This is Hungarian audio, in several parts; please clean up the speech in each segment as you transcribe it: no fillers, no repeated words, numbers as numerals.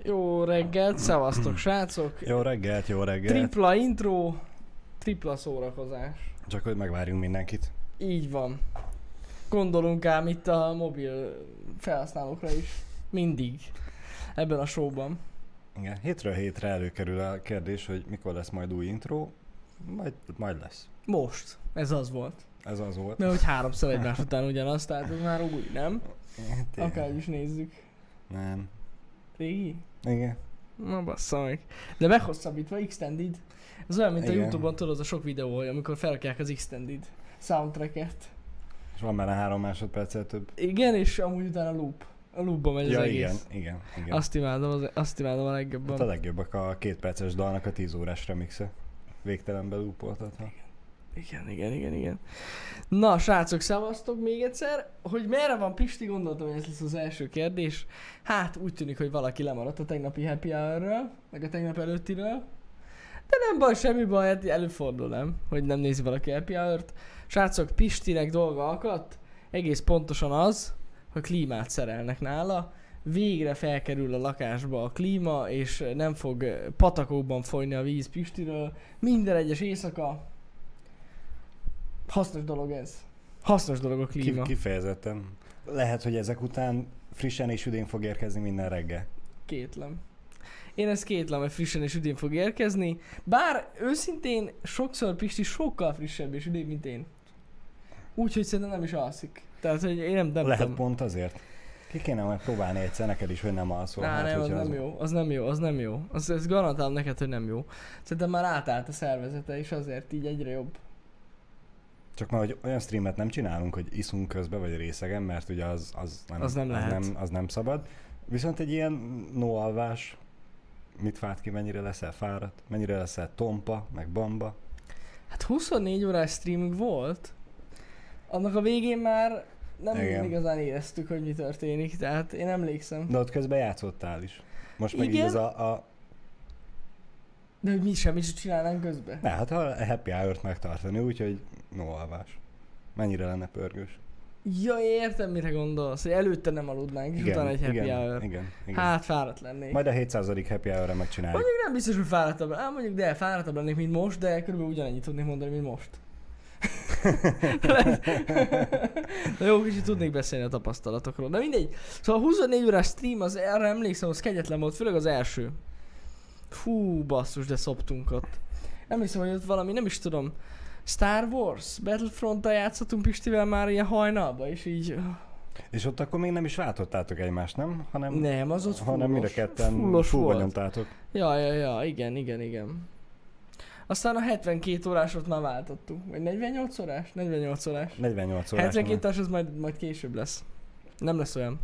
Jó reggelt, szevasztok srácok! Jó reggelt, jó reggelt. Tripla intro, tripla szórakozás. Csak hogy megvárjunk mindenkit. Így van. Gondolunk ám itt a mobil felhasználókra is. Mindig. Ebben a showban. Igen, hétről hétre előkerül a kérdés, hogy mikor lesz majd új intro. Majd lesz. Most. Ez az volt. Ez az volt. Mert hogy háromszor egymás után ugyanaz, tehát ez már új, nem? Akár is nézzük. Nem. Régi? Igen. Na bassza meg. De meghosszabbítva, extended. Ez olyan, mint Igen. a Youtube-on tudod, az a sok videó, amikor felrakják az extended soundtracket. És van benne 3 másodperccel több. Igen, és amúgy utána loop. A loopba megy az egész. Igen. Azt imádom a legjobban. Hát a legjobbak a 2 perces dalnak a 10 órás remixe. Végtelenbe loopoltatva. Igen. Na, srácok, szevasztok még egyszer. Hogy merre van Pisti, gondoltam, hogy ez lesz az első kérdés. Hát, úgy tűnik, hogy valaki lemaradt a tegnapi happy hour-ről, meg a tegnap előttiről. De nem baj, semmi baj, hát előfordul, nem? Hogy nem nézi valaki happy hour-t. Srácok, Pistinek dolga akadt. Egész pontosan az, hogy klímát szerelnek nála. Végre felkerül a lakásba a klíma, és nem fog patakokban folyni a víz Pistiről. Minden egyes éjszaka. Hasznos dolog ez. Hasznos dolog a klíma. Kifejezetten. Lehet, hogy ezek után frissen és üdén fog érkezni minden reggel. Kétlem. Én ezt kétlem, hogy frissen és üdén fog érkezni. Bár őszintén sokszor Pisti sokkal frissebb és üdén, mint én. Úgyhogy szerintem nem is alszik. Tehát, hogy én nem Lehet tudom. pont azért. Ki kéne majd próbálni egyszer neked is, hogy nem alszol. Nem, az nem jó. Az garantálom neked, hogy nem jó. Szerintem már átállt a szervezete, és azért így egyre jobb. Csak már, hogy olyan streamet nem csinálunk, hogy iszunk közben, vagy részegen, mert ugye az nem lehet. Az nem szabad. Viszont egy ilyen no alvás, mit vált ki, mennyire leszel fáradt, mennyire leszel tompa, meg bamba. Hát 24 órás streaming volt. Annak a végén már nem igazán éreztük, hogy mi történik, tehát én emlékszem. De ott közben játszottál is. Most meg igen? így az a... De hogy mi semmit sem csinálnánk közben? Ne, hát a happy hour-t megtartani, úgyhogy no alvás. Mennyire lenne pörgős. Ja, értem, mire gondolsz, hogy előtte nem aludnánk, és utána egy happy hour. Igen. Hát fáradt lennék. Majd a 700. happy hour-ra megcsináljuk. Mondjuk nem biztos, hogy fáradtabb, fáradtabb lennék, mint most, de körülbelül ugyanennyit tudnék mondani, mint most. De jó, kicsit tudnék beszélni a tapasztalatokról. De mindegy. Szóval a 24 órás stream, az erre emlékszem, az kegyetlen volt, főleg az első. Fú, basszus, de szoptunk ott. Emlékszem, hogy ott valami, nem is tudom, Star Wars, Battlefront-tal játszottunk Pistivel már ilyen hajnalba, és így... És ott akkor még nem is váltottátok egymást, nem? Nem, az ott hanem mind a ketten fullos fullba volt. nyomtátok. Ja, igen. Aztán a 72 órásot már váltottuk. Vagy 48 órás? 48 órás. 48 órás. 72 órás az majd később lesz. Nem lesz olyan.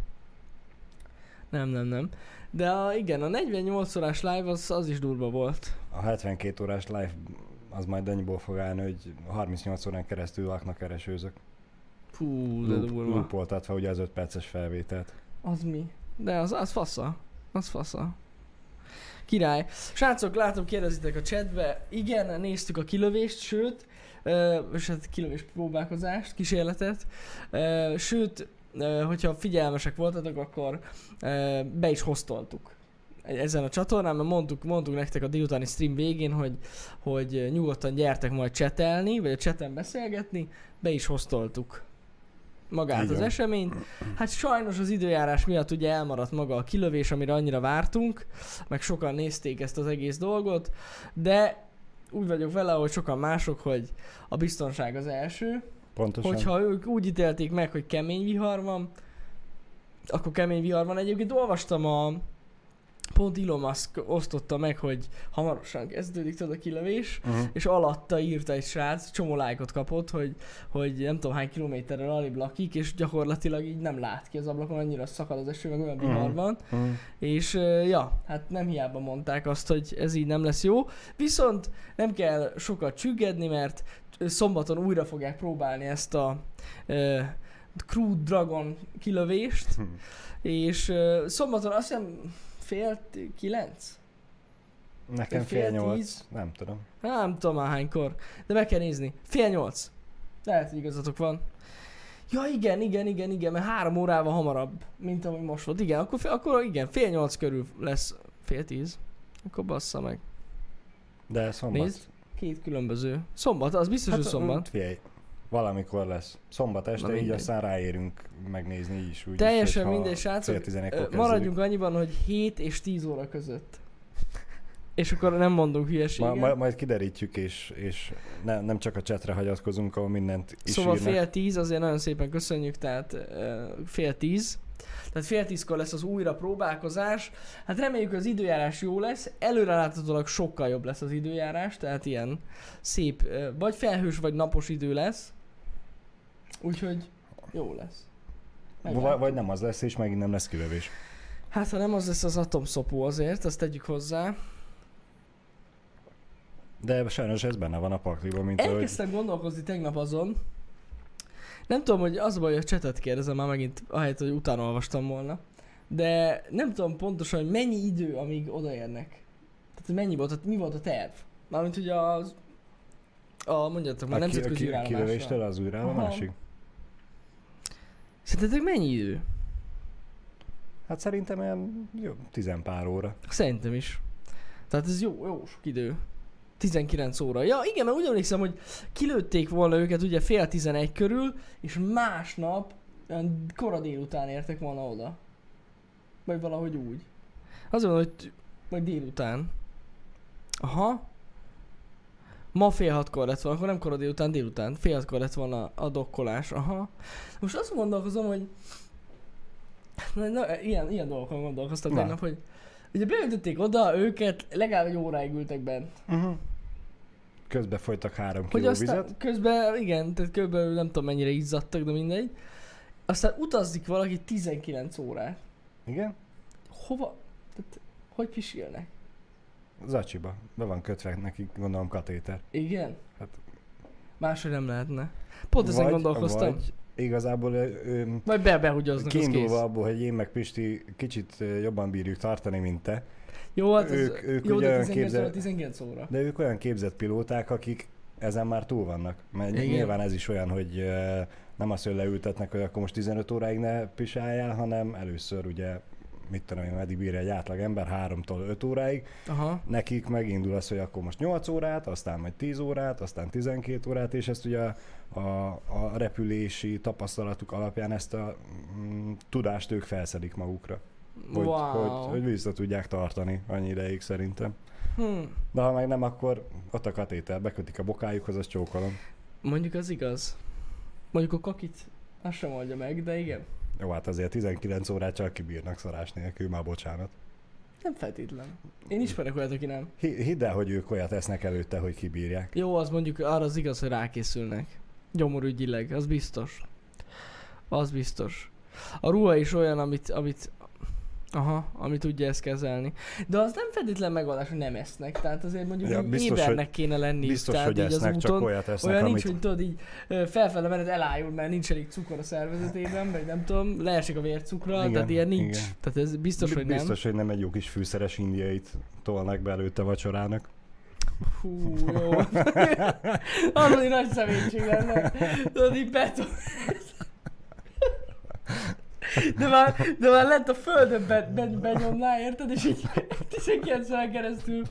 Nem. De igen, a 48 órás live az is durva volt. A 72 órás live az majd annyiból fog állni, hogy 38 órán keresztül laknak keresőzök. Fú, de durva. Loopoltatva ugye az 5 perces felvételt. Az mi? De az fasza. Az fasza. Király. Srácok, látom, kérdezitek a chatbe. Igen, néztük a kilövést, sőt, és hát kilövés próbálkozást, kísérletet. Sőt, hogyha figyelmesek voltatok, akkor be is hoztoltuk ezen a csatornán, mert mondtuk nektek a délutáni stream végén, hogy nyugodtan gyertek majd csetelni, vagy a chaten beszélgetni, be is hoztoltuk magát az eseményt. Hát sajnos az időjárás miatt ugye elmaradt maga a kilövés, amire annyira vártunk, meg sokan nézték ezt az egész dolgot, de úgy vagyok vele, hogy sokan mások, hogy a biztonság az első. Pontosan. Hogyha ők úgy ítélték meg, hogy kemény vihar van, akkor kemény vihar van. Egyébként olvastam pont Elon Musk osztotta meg, hogy hamarosan kezdődik tudod a kilövés, és alatta írta egy srác, csomó lájkot kapott, hogy nem tudom hány kilométerrel alébb lakik, és gyakorlatilag így nem lát ki az ablakon, annyira szakad az eső, meg olyan vihar van. És hát nem hiába mondták azt, hogy ez így nem lesz jó. Viszont nem kell sokat csüggedni, mert szombaton újra fogják próbálni ezt a Crew Dragon kilövést, és szombaton azt hiszem 8:30? Nekem 7:30, nem tudom. Nem tudom már hánykor, de meg kell nézni. 7:30. Lehet, hogy igazatok van. Ja igen, mert 3 órával hamarabb, mint ahogy most volt. Igen, akkor igen, 7:30 körül lesz 9:30. Akkor bassza meg. De szombat. Nézd, 2 különböző. Szombat, az biztos, hogy szombat. Figyelj, valamikor lesz. Szombat este, Na így mindegy. aztán ráérünk megnézni így is. Úgy Teljesen is, mindegy, srácok. 10:11-kor Maradjunk annyiban, hogy 7 és 10 óra között. És akkor nem mondunk hülyeséget. Majd kiderítjük, és nem csak a chatre hagyatkozunk, ahol mindent is Szóval írnak. 9:30, azért nagyon szépen köszönjük, tehát 9:30. Tehát 9:30-kor lesz az újra próbálkozás. Hát reméljük, hogy az időjárás jó lesz. Előreláthatólag sokkal jobb lesz az időjárás, tehát ilyen szép, vagy felhős, vagy napos idő lesz. Úgyhogy jó lesz. Vagy nem az lesz, és megint nem lesz kilövés. Hát ha nem az lesz az atomszopó azért, azt tegyük hozzá. De sajnos ez benne van a pakliban, mint ahogy... Elkezdtem gondolkozni tegnap azon. Nem tudom, hogy az a baj, hogy a chatet kérdezem már megint, ahelyett, hogy utána olvastam volna. De nem tudom pontosan, hogy mennyi idő, amíg odaérnek. Tehát hogy mennyi volt, mi volt a terv. Mármint ugye mondjátok már, nemzetközi űrállomásra. Kilövéstől az űrállomásig? Szerintetek mennyi idő? Hát szerintem olyan jó, 10 pár óra. Szerintem is. Tehát ez jó sok idő. 19 óra. Ja igen, mert úgy emlékszem, hogy kilőtték volna őket ugye 10:30 körül, és másnap olyan kora délután értek volna oda. Vagy valahogy úgy. Azért mondom, hogy majd délután. Aha. Ma 5:30-kor lett volna, akkor nem kora délután, délután. 5:30-kor lett volna a dokkolás. Aha. Most azt gondolkozom, hogy ilyen dolgokon gondolkoztam tegnap, hogy ugye beültették oda őket, legalább egy óráig ültek bent. Közben folytak 3 Hogy kiló aztán vizet. közben, igen, tehát körülbelül nem tudom mennyire izzadtak, de mindegy. Aztán utazik valaki 19 órát. Igen? Hova? Tehát, hogy pisilnek? Zacsiba. Be van kötve nekik, gondolom, katéter. Igen? Hát... Máshogy nem lehetne. Pont ezen gondolkoztam. Vagy igazából Vagy behugyoznak, az kész. kiindulva abból, hogy én meg Pisti kicsit jobban bírjuk tartani, mint te. Jó, hát ők jó, ugye de olyan 19 óra, 19 óra. De ők olyan képzett pilóták, akik ezen már túl vannak. Mert Igen. nyilván ez is olyan, hogy nem azt, hogy leültetnek, hogy akkor most 15 óráig ne pisáljál, hanem először ugye, mit tudom én, meddig bírja egy átlag ember, 3-tól 5 óráig. Aha. Nekik megindul az, hogy akkor most 8 órát, aztán majd 10 órát, aztán 12 órát, és ezt ugye a repülési tapasztalatuk alapján ezt a tudást ők felszedik magukra. Hogy vissza tudják tartani annyi ideig szerintem. De ha meg nem, akkor ott a katéter, bekötik a bokájukhoz, az csókolom. Mondjuk az igaz. Mondjuk a kakit azt sem oldja meg, de igen. Jó, hát azért 19 órát csak kibírnak szarás nélkül, már bocsánat. Nem feltétlen. Én ismerek olyat, aki nem. Hidd el, hogy ők olyat esznek előtte, hogy kibírják. Jó, az mondjuk arra az igaz, hogy rákészülnek. Gyomorügyileg, az biztos. Az biztos. A ruha is olyan, amit tudja ezt kezelni. De az nem feltétlen megoldás, hogy nem esznek. Tehát azért mondjuk biztos, ébernek kéne lenni. Biztos, tehát hogy így esznek, az csak úton, olyat esznek, olyan amit... nincs, hogy tudod így felfele menet elájul, mert nincs elég cukor a szervezetében, vagy nem tudom, leesik a vércukra, Igen, tehát ilyen nincs. igen. Tehát ez biztos, hogy nem. Biztos, hogy nem egy jó kis fűszeres indiait tolnak be előtte vacsorának. Hú, jó. Az, hogy nagy személyiség lenne. Tudod, így beton. De már lett a földön benyomná, érted? És így 19 órán keresztül.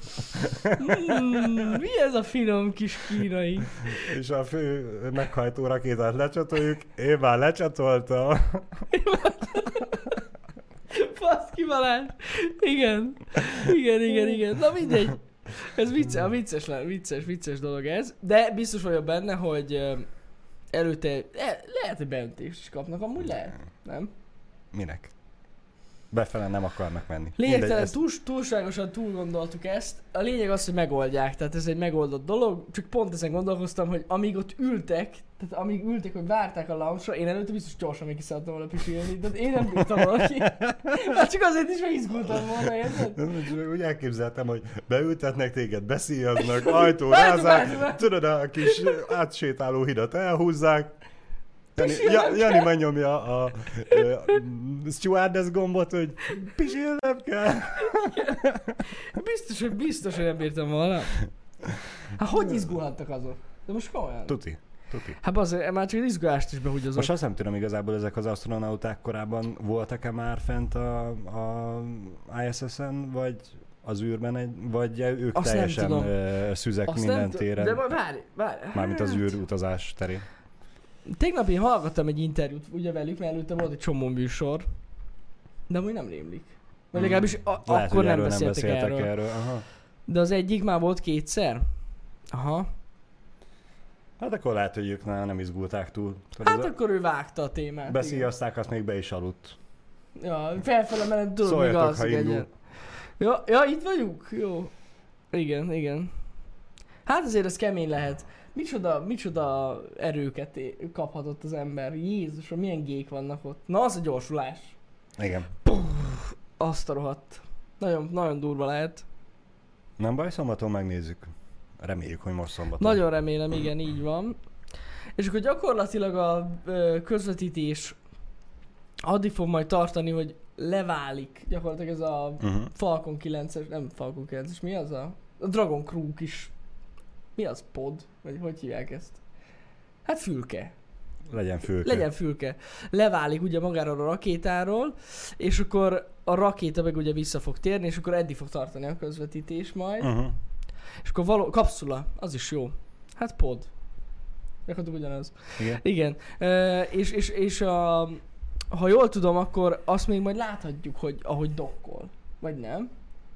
Mi ez a finom kis kínai? És a fő meghajtó rakétát lecsatoljuk. Én már lecsatoltam. Baszki Balázs. Igen. Na mindegy. Ez vicces dolog ez. De biztos vagyok benne, hogy előtte lehet, hogy beöntést is kapnak. Amúgy lehet, nem? Minek? Befele nem akarnak menni. Lényegtelen, túlságosan túlgondoltuk ezt. A lényeg az, hogy megoldják, tehát ez egy megoldott dolog. Csak pont ezen gondolkoztam, hogy amíg ott ültek, tehát amíg ültek, hogy várták a lounge-ra, én előtte biztos gyorsan még kiszálltam volna pisilni, de én nem bírtam volna ki. Hát csak azért is megizgultam volna, érted? Úgy elképzeltem, hogy beültetnek téged, beszíjaznak, ajtó rázák, tudod, a kis átsétáló hidat elhúzzák, Jani megnyomja a stewardess gombot, hogy pisilnem kell. Biztos, hogy nem bírtam volna. Hát hogy izgulhattak azok? De most komolyan. Tuti. Tuti. Hát azért már csak izgulást is behúgyozok. Most azt nem tudom igazából, ezek az astronauták korábban voltak-e már fent a ISS-en, vagy az űrben, vagy ők Azt teljesen szüzek Azt minden téren, De várj. mármint az űrutazás terén. Tegnap én hallgattam egy interjút ugye velük, mert előtte volt egy csomó műsor, de amúgy nem rémlik. Vagy legalábbis Lehet, akkor hogy nem erről beszéltek erről. Aha. De az egyik már volt kétszer. Aha. Hát akkor lehet, hogy ők nem izgulták túl. Hát akkor ő vágta a témát. Beszíjazták, azt még be is aludt. Ja, felfele menet tudod, még Szóljatok, alszik ha indul. egyen. Ja, itt vagyunk? Jó. Igen. Hát azért ez kemény lehet. Micsoda erőket kaphatott az ember. Jézusom, milyen gék vannak ott. Na, az a gyorsulás. Igen. Azt a rohadt. Nagyon durva lehet. Nem baj, szombaton megnézzük. Reméljük, hogy most szombaton. Nagyon remélem, igen, így van. És akkor gyakorlatilag a közvetítés addig fog majd tartani, hogy leválik gyakorlatilag ez a Falcon 9-es, nem Falcon 9-es, mi az a Dragon Crew is. Mi az? Pod? Vagy hogy hívják ezt? Hát fülke. Legyen fülke. Leválik ugye magáról a rakétáról, és akkor a rakéta meg ugye vissza fog térni, és akkor eddig fog tartani a közvetítés majd. És akkor kapszula, az is jó. Hát pod. Gyakorlatilag ugyanaz. Igen. És ha jól tudom, akkor azt még majd láthatjuk, hogy ahogy dokkol. Vagy nem?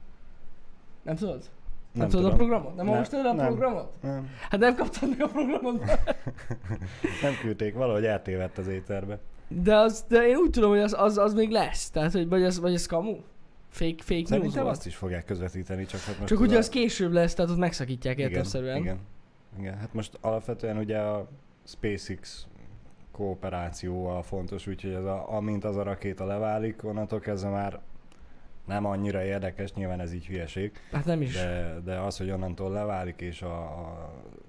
Nem tudod? Nem tudod a programot? Nem olvastad a programot? Nem. Hát nem kaptad meg a programot? Nem küldték, valahogy eltévedt az éterbe. De én úgy tudom, hogy az még lesz. Tehát, hogy vagy ez kamu? Fake news Szerintem volt. azt is fogják közvetíteni, csak hát most... Csak ugye az később lesz, tehát ott megszakítják értelemszerűen. Igen. Hát most alapvetően ugye a SpaceX kooperációval fontos, úgyhogy amint az a rakéta leválik, onnantól kezdve már nem annyira érdekes, nyilván ez így hülyeség. Hát nem is. De az, hogy onnantól leválik és a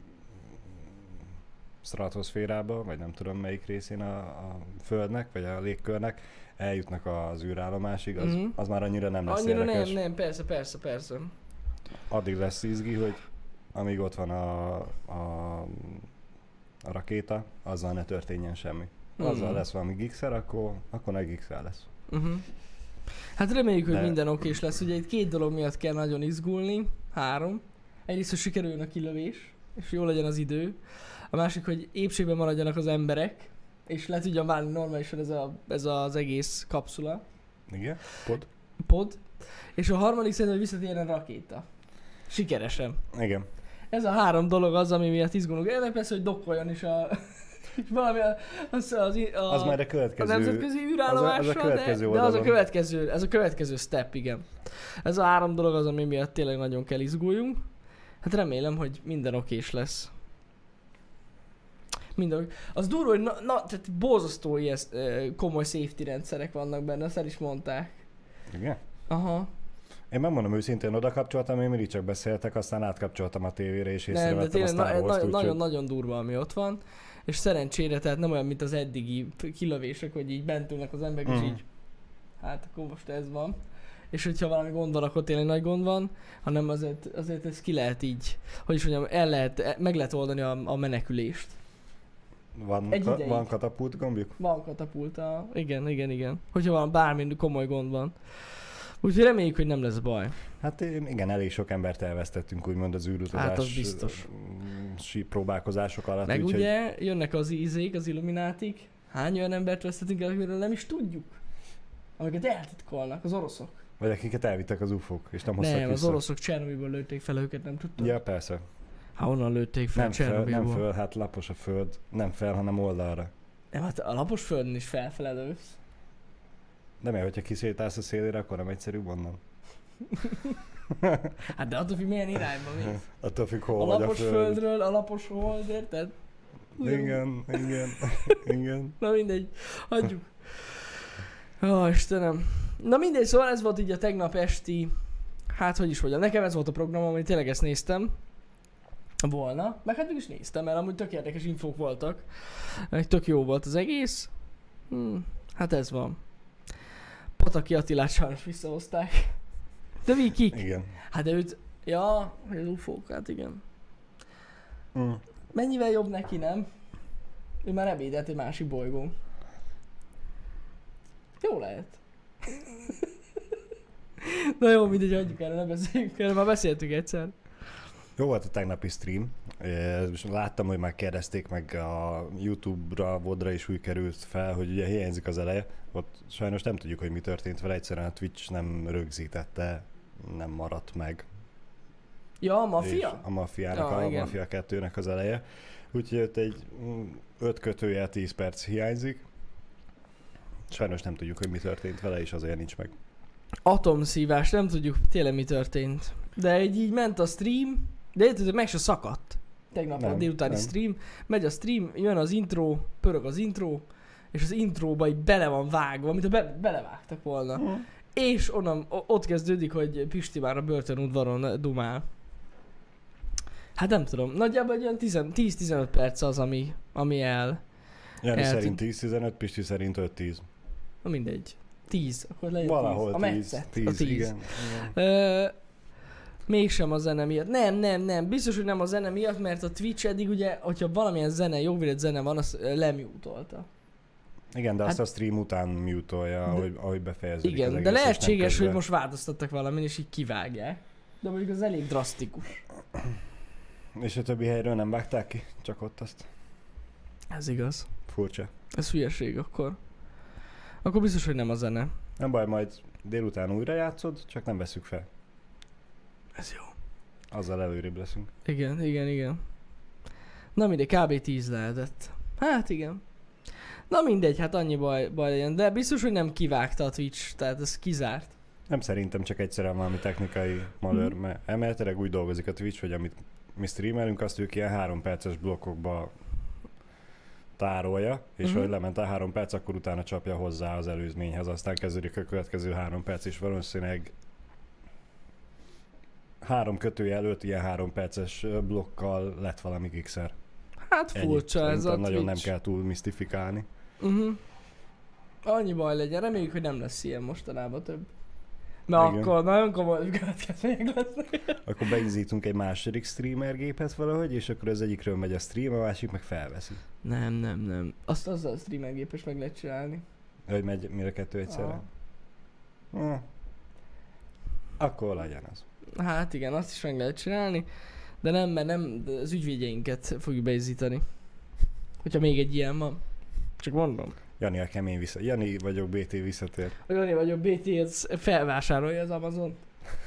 stratoszférába, vagy nem tudom melyik részén a Földnek, vagy a légkörnek, eljutnak az űrállomásig, az már annyira nem lesz annyira érdekes. Nem, persze. Addig lesz izgi, hogy amíg ott van a rakéta, azzal ne történjen semmi. Azzal lesz valami gigszer, akkor ne gigszer lesz. Hát reméljük, hogy minden okés lesz. Ugye itt 2 dolog miatt kell nagyon izgulni. 3. Egyrészt, hogy sikerüljön a kilövés, és jó legyen az idő. A másik, hogy épségben maradjanak az emberek, és le tudjon válni normálisan ez az egész kapszula. Igen, Pod. És a harmadik szerintem, hogy visszatérjen a rakéta. Sikeresen. Igen. Ez a 3 dolog az, ami miatt izgulunk. Elve persze, hogy dokkoljon is és valami az majd a következő... A nemzetközi űrállomással, az a következő de ez a következő step, igen. Ez a 3 dolog az, ami miatt tényleg nagyon kell izguljunk. Hát remélem, hogy minden okés lesz. Minden. Az durva, hogy tehát borzasztó ilyen komoly safety rendszerek vannak benne, azt el is mondták. Igen? Aha. Én megmondom őszintén, oda kapcsoltam, én mindig csak beszéltek, aztán átkapcsoltam a tévére, és észrevettem a Star Wars-t, nagyon durva, ami ott van. És szerencsére, tehát nem olyan, mint az eddigi kilövések, hogy így bent ülnek az emberek, és így, hát akkor most ez van. És hogyha valami gond van, akkor tényleg nagy gond van, hanem azért ezt ki lehet így, hogy is mondjam, meg lehet oldani a menekülést. Van katapult gombjuk? Van katapulta, igen. Hogyha van bármi komoly gond van. Úgyhogy reméljük, hogy nem lesz baj. Hát igen, elég sok embert elvesztettünk úgymond az űrutazás hát az biztos. Próbálkozások alatt. Meg ugye jönnek az az illuminátik. Hány olyan embert vesztettünk el, akiről nem is tudjuk? Amiket eltitkolnak az oroszok. Vagy akiket elvittek az UFO-k, és nem hoztak vissza. Nem, az oroszok Csernobylból lőtték fel őket, nem tudtad? Ja, persze. Hát honnan lőtték fel Csernobylból? Nem föl, hát lapos a föld. Nem fel, hanem oldalra. Nem, hát a lapos földön is felfele lősz. De mert hogyha kiszétálsz a szélére, akkor nem egyszerű onnan. Hát de attól függ, milyen irányba mész. Attól függ, hol a vagy lapos a föld. földről, a lapos hold, érted? Igen. Na mindegy, hagyjuk. Ó, Istenem. Na mindegy, szóval ez volt így a tegnap esti, hát hogy is mondjam, nekem ez volt a programom, amit tényleg ezt néztem volna, meg hát mégis néztem, mert amúgy tök érdekes infók voltak, meg tök jó volt az egész. Hát ez van. Pataki Attilát sajnos visszahozták. De mi kik? Igen. Hát de őt, ja, hogy az UFO-k, hát igen. Mennyivel jobb neki, nem? Ő már ebédelt egy másik bolygón. Jó lehet. Na jó, mindegy, hagyjuk el, ne beszéljünk el, már beszéltük egyszer. Jó volt a tegnapi stream. És láttam, hogy már kérdezték meg a YouTube-ra, VOD-ra is úgy került fel, hogy ugye hiányzik az eleje. Ott sajnos nem tudjuk, hogy mi történt vele, egyszerűen a Twitch nem rögzítette, nem maradt meg. Ja, a És Mafia? a Mafiának, Ja, a igen. Mafia 2-nek az eleje. Úgyhogy ott egy 5-10 perc hiányzik. Sajnos nem tudjuk, hogy mi történt vele, és azért nincs meg. Atomszívás, nem tudjuk tényleg mi történt. De így ment a stream, de érted, hogy meg se szakadt. Tegnap a Nem, délutáni nem. stream, megy a stream, jön az intro, pörög az intro, és az intróba így bele van vágva, mint belevágtak volna. És onnan ott kezdődik, hogy Pisti már a börtönudvaron dumál. Hát nem tudom, nagyjából egy olyan 10-15 perc az, ami el. Jani El szerint 10-15, Pisti szerint 5-10. Na mindegy. 10, akkor legyen 10. Valahol A 10, metszet, 10, a 10. igen. Mégsem a zene miatt. Nem. Biztos, hogy nem a zene miatt, mert a Twitch eddig ugye, hogyha valamilyen zene, jogvédett zene van, azt lemutolta. Igen, de azt Hát- a stream után mutolja, ahogy befejeződik az Igen, egész, de és nem lehetséges, hogy közben. most változtattak valamin, és így kivágják. De mondjuk az elég drasztikus. És a többi helyről nem vágták ki? Csak ott azt? Ez igaz. Furcsa. Ez hülyeség akkor. Akkor biztos, hogy nem a zene. Nem baj, majd délután újra játszod, csak nem veszük fel. Ez jó. Azzal előrébb leszünk. Igen. Na mindegy, kb. 10 lehetett. Hát igen. Na mindegy, hát annyi baj legyen. De biztos, hogy nem kivágta a Twitch, tehát ez kizárt. Nem szerintem, csak egyszerűen valami technikai malőr, mert emeletileg úgy dolgozik a Twitch, hogy amit mi streamelünk, azt ők ilyen 3 perces blokkokba tárolja, és hogy lement a 3 perc, akkor utána csapja hozzá az előzményhez, aztán kezdődik a következő 3 perc, és valószínűleg 3 ilyen 3 perces blokkal lett valami gigszer. Hát furcsa ez a Szerintem nagyon nem Twitch. kell túl misztifikálni. Annyi baj legyen, reméljük, hogy nem lesz ilyen mostanában több. Mert Igen. akkor nagyon komoly következmények lesznek. Akkor beizítunk egy második streamer gépet valahogy, és akkor az egyikről megy a stream, a másik meg felveszi. Nem. Azt azzal a streamergépes meg lehet csinálni. Hogy megy mire 2 egyszerre? Akkor legyen az. Hát igen, azt is meg lehet csinálni. De nem, mert nem az ügyvédjeinket fogjuk beizítani. Hogyha még egy ilyen van. Csak mondom. Jani a kemény Jani vagyok, BT visszatér. Olyan vagyok, BT ez felvásárolja az Amazon.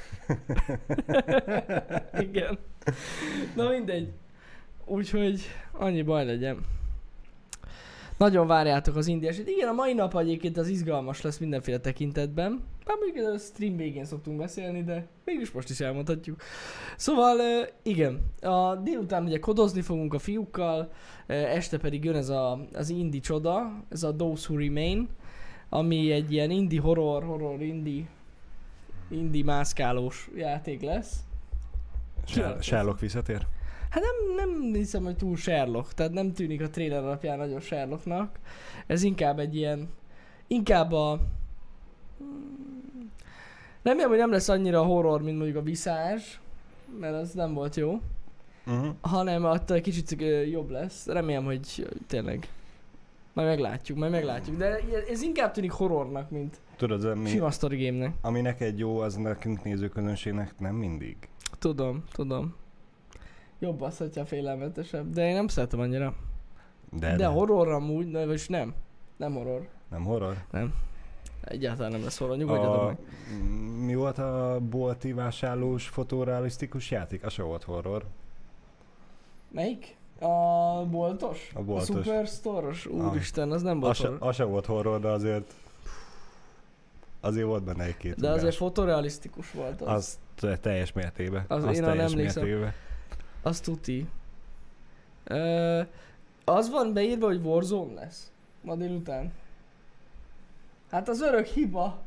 Igen. Na mindegy. Úgyhogy annyi baj legyen. Nagyon várjátok az indiásit. Igen, a mai nap egyébként az izgalmas lesz mindenféle tekintetben. Bár mondjuk a stream végén szoktunk beszélni, de mégis most is elmondhatjuk. Szóval igen, a délután ugye kodozni fogunk a fiúkkal, este pedig jön ez az indie csoda, ez a Those Who Remain, ami egy ilyen indie horror indie mászkálós játék lesz. Sherlock visszatér? Hát nem hiszem, hogy túl Sherlock, tehát nem tűnik a trailer alapján nagyon Sherlocknak. Ez inkább egy ilyen, remélem, hogy nem lesz annyira horror, mint mondjuk a Viszázs, mert az nem volt jó, hanem attól kicsit jobb lesz. Remélem, hogy tényleg majd meglátjuk, de ez inkább tűnik horrornak, mint Tudod, sima story game-nek. ami neked jó, az nekünk nézőközönségnek nem mindig. Tudom. Jobb az, hogyha félelmetesebb, de én nem szeretem annyira. De horror amúgy, vagyis nem. Nem horror. Nem horror? Egyáltalán nem lesz horror, nyugodjatok meg. Mi volt a bolti vásárlós fotorealisztikus játék? Az se volt horror. Melyik? A boltos? A boltos. A Superstore-os? Úristen, az nem volt horror. Az se volt horror, de azért volt benne egy-két De ugás. azért fotorealisztikus volt az. Az teljes mértékben. Az Az én teljes emlékszem. mértékben. Az tuti. Az van beírva, hogy Warzone lesz. Ma délután. Hát az örök hiba.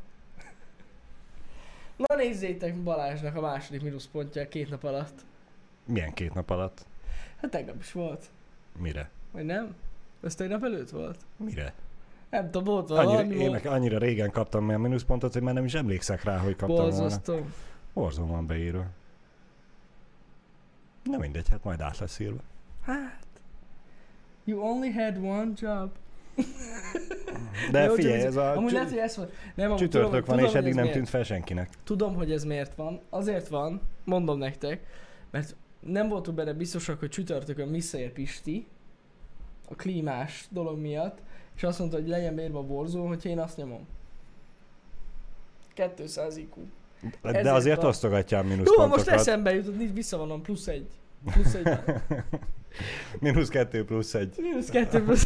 Na nézzétek Balázsnak a második mínuszpontja 2 nap alatt. Milyen 2 nap alatt? Hát tegnap is volt. Mire? Vagy nem? Ez tegnap előtt volt? Mire? Nem tudom, volt valami. Én annyira régen kaptam meg a mínuszpontot, hogy már nem is emlékszek rá, hogy kaptam Borzasztó. volna. Warzone van beírva. Na mindegy, hát majd át lesz írva. Hát. You only had one job. De Jó, figyelj, csak ez a amúgy lehet, hogy ez van. Nem, amúgy csütörtök van, tudom, és hogy eddig ez nem miért. tűnt fel senkinek. Tudom, hogy ez miért van. Azért van, mondom nektek, mert nem voltunk benne biztosak, hogy csütörtökön visszaér Pisti a klímás dolog miatt, és azt mondta, hogy legyen bérbe a Warzone, hogyha én azt nyomom. 200 IQ. De Ezért azért van. osztogatjál Jó, mínuszpontokat. most eszembe jutott, nincs visszavonom, plusz egy. Plusz egy. -2 plusz 1. Mínusz 2 plusz.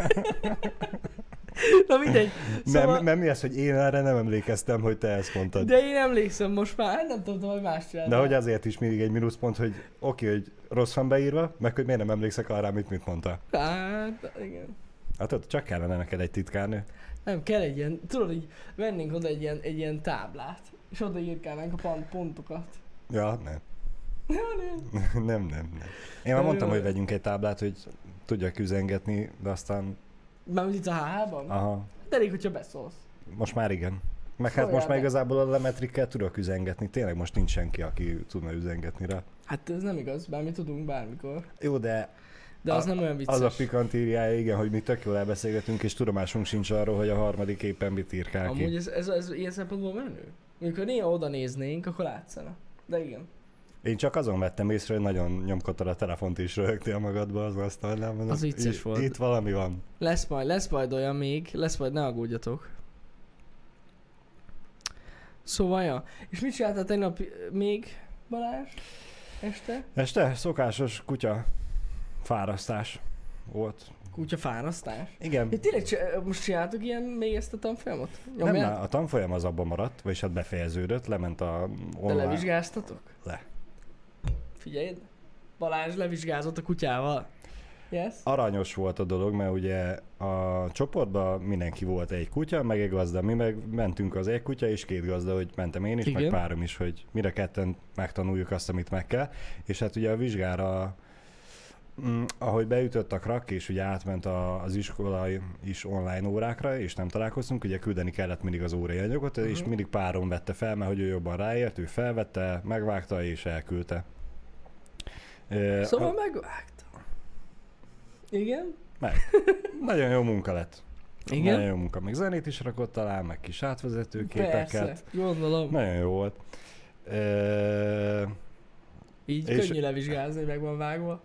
Na mindegy. Szóval... Nem mi az, hogy én erre nem emlékeztem, hogy te ezt mondtad. De én emlékszem most már, nem tudtam, hogy más csináltam. De hogy azért is mindig egy mínuszpont, hogy oké, hogy rossz van beírva, meg hogy miért nem emlékszek arra, amit mit mondta. Hát, igen. Hát ott csak kellene neked egy titkárnő. Nem, kell egy ilyen, tudod így, vennénk oda egy ilyen táblát, és oda írkálnánk a pontokat. Ja, nem. Ja, nem. Nem. Én már mondtam, Jó. hogy vegyünk egy táblát, hogy tudjak üzengetni, de aztán... Mármint itt a HH-ban? Aha, De elég, hogyha beszólsz. most már igen. Meg hát Szóljál most már be. igazából a lemetrikkel tudok üzengetni. Tényleg most nincs senki, aki tudna üzengetni rá. Hát ez nem igaz, bármit tudunk bármikor. Jó, de De az nem olyan vicces. az a pikantériája, igen, hogy mi tök jól elbeszélgetünk, és tudomásunk sincs arról, hogy a harmadik éppen mit írkál ki. Amúgy ez ilyen szempontból menő. Mondjuk, ha néha oda néznénk, akkor látszana. De igen. Én csak azon vettem észre, hogy nagyon nyomkodtad a telefont és röhögtél magadba az asztalnál. Mondom, Az vicces volt. Itt valami van. Lesz majd olyan még, lesz majd, ne aggódjatok. Szóval, ja. És mit csináltál tegnap még, Balázs? Este? Este szokásos kutya fárasztás volt. Kutya fárasztás? Igen. Ja, tényleg most csináltuk ilyen még ezt a tanfolyamot? Nem, már a tanfolyam az abban maradt, vagyis hát befejeződött, lement a De online... levizsgáztatok? Le. Figyelj, Balázs levizsgázott a kutyával. Yes? Aranyos volt a dolog, mert ugye a csoportban mindenki volt egy kutya, meg egy gazda. Mi meg mentünk az egy kutya és két gazda, hogy mentem én is, Igen. meg párom is, hogy mire ketten megtanuljuk azt, amit meg kell. És hát ugye a vizsgára, ahogy beütött a krak, és ugye átment az iskola is online órákra, és nem találkoztunk, ugye küldeni kellett mindig az órai anyagot, és mindig párom vette fel, mert hogy ő jobban ráért, ő felvette, megvágta és elküldte. Szóval megvágta. Igen? Meg. Nagyon jó munka lett. Igen? Nagyon jó munka. Még zenét is rakott alá, meg kis átvezető képeket. Persze, gondolom. Nagyon jó volt. Így és- könnyű levizsgázni, meg van vágva.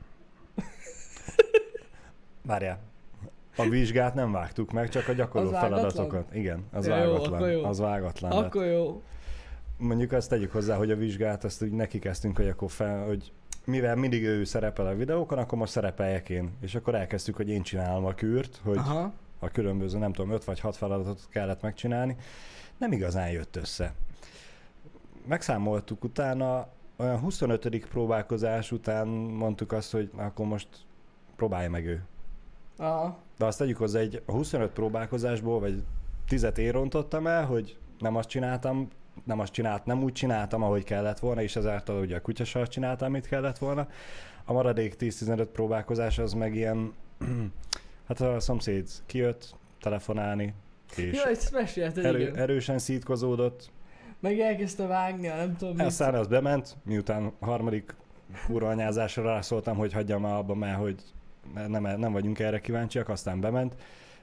Várjál. A vizsgát nem vágtuk meg, csak a gyakorló Az vágatlan? feladatokat. Igen, az Ja, jó, vágatlan. akkor jó. Az vágatlan lett. Akkor jó. Mondjuk azt tegyük hozzá, hogy a vizsgát, azt úgy neki kezdtünk, hogy akkor hogy mivel mindig ő szerepel a videókon, akkor most szerepeljek én. És akkor elkezdtük, hogy én csinálom a kűrt, hogy Aha. a különböző, nem tudom, 5 vagy 6 feladatot kellett megcsinálni. Nem igazán jött össze. Megszámoltuk utána, olyan 25. próbálkozás után mondtuk azt, hogy akkor most próbálja meg ő. Aha. De azt tegyük hozzá, a 25 próbálkozásból, vagy 10-et én rontottam el, hogy nem azt csináltam, nem úgy csináltam, ahogy kellett volna, és ezáltal ugye a kutyasart csináltam, amit kellett volna. A maradék 10-15 próbálkozás az meg ilyen, hát a szomszéd kijött telefonálni, és Ja, ezt mesélted, igen. erősen szítkozódott. Meg elkezdte vágni, nem tudom mit. Aztán az bement, miután a harmadik kurva anyázásra rászóltam, hogy hagyjam már abba, mert hogy nem vagyunk erre kíváncsiak, aztán bement.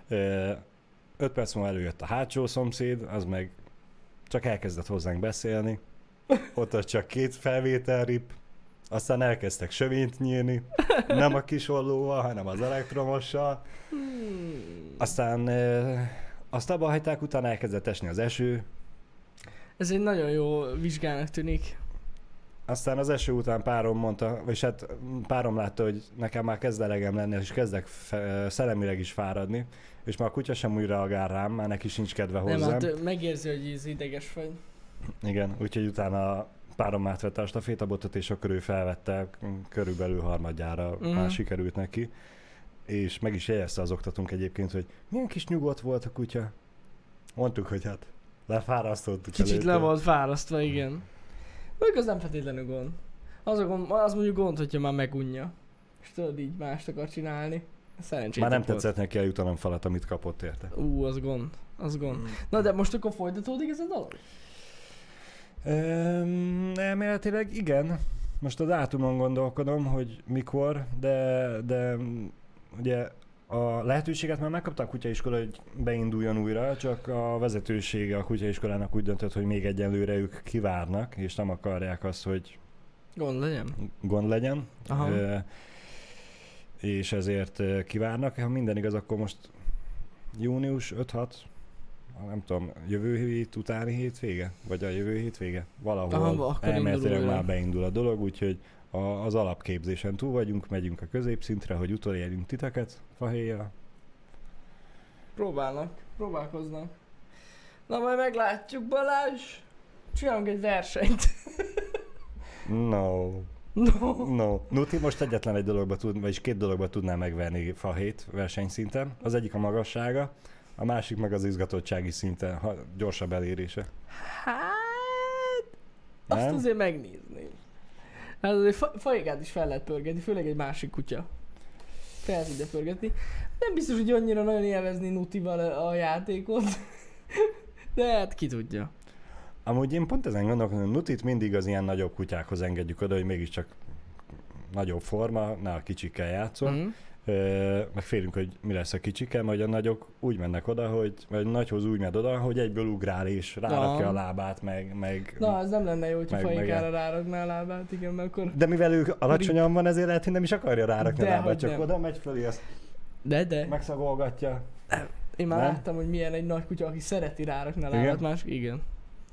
5 perc múlva előjött a hátsó szomszéd, az meg csak elkezdett hozzánk beszélni. Ott az csak 2 felvételrip, aztán elkezdtek sövényt nyírni, nem a kis ollóval, hanem az elektromossal. Aztán azt abba hagyták, utána elkezdett esni az eső. Ez egy nagyon jó vizsgának tűnik. Aztán az eső után párom mondta, vagy hát párom látta, hogy nekem már kezd elegem lenni, és kezdek szellemileg is fáradni, és már a kutya sem úgy reagál rám, már neki sincs kedve hozzám. Nem, hát megérzi, hogy ez ideges vagy. Igen, úgyhogy utána párom átvette a stafétabotot, és akkor ő felvette, körülbelül harmadjára már sikerült neki. És meg is jegyezte az oktatónk egyébként, hogy milyen kis nyugodt volt a kutya. Mondtuk, hogy hát lefárasztottuk Kicsit előtte. le volt fárasztva, igen. Meg az nem feltétlenül gond. Az mondjuk gond, hogyha már megunja. És tudod, így mást akar csinálni. Szerencsétek Már nem volt. tetszett neki a jutalomfalat, amit kapott érte. Az gond. Az gond. Na de most akkor folytatódik ez a dolog? Elméletileg igen. Most a dátumon gondolkodom, hogy mikor, de ugye a lehetőséget már megkapta a kutyaiskola, hogy beinduljon újra, csak a vezetősége a kutyaiskolának úgy döntött, hogy még egyenlőre ők kivárnak, és nem akarják azt, hogy gond legyen. Aha. És ezért kivárnak. Ha minden igaz, akkor most június 5-6, nem tudom, jövő hét utáni hétvége? Vagy a jövő hétvége? Valahol elméletileg már beindul a dolog, úgyhogy az alapképzésen túl vagyunk, megyünk a középszintre, hogy utolérjünk titeket fahéjjal. Próbálkoznak. Na majd meglátjuk, Balázs! Csinálunk egy versenyt. No. Nuti most egyetlen egy dologba vagyis két dologba tudná megverni fahét versenyszinten. Az egyik a magassága, a másik meg az izgatottsági szinten, gyorsabb elérése. Hát... Azt Nem? azért megnézném. Hát azért fajégát is fel lehet pörgetni, főleg egy másik kutya. Fel ide pörgetni. Nem biztos, hogy annyira nagyon élvezni Nutival a játékot. De hát ki tudja. Amúgy én pont ezen gondolkodom, hogy Nutit mindig az ilyen nagyobb kutyákhoz engedjük oda, hogy mégiscsak nagyobb forma, ne a kicsikkel játszol. Mm. Meg félünk, hogy mi lesz a kicsikkel, majd a nagyok úgy mennek oda, vagy a nagyhoz úgy megy oda, hogy egyből ugrál és rárakja a lábát, meg... Na, az nem lenne jó, hogyha fajikára rárakná a lábát, igen, mert akkor... De mivel ő alacsonyan van, ezért lehet, hogy nem is akarja rárakni a lábát, csak nem. oda megy fölé, azt De. megszagolgatja. Én már Nem? láttam, hogy milyen egy nagy kutya, aki szereti rárakni a lábát, más... Igen.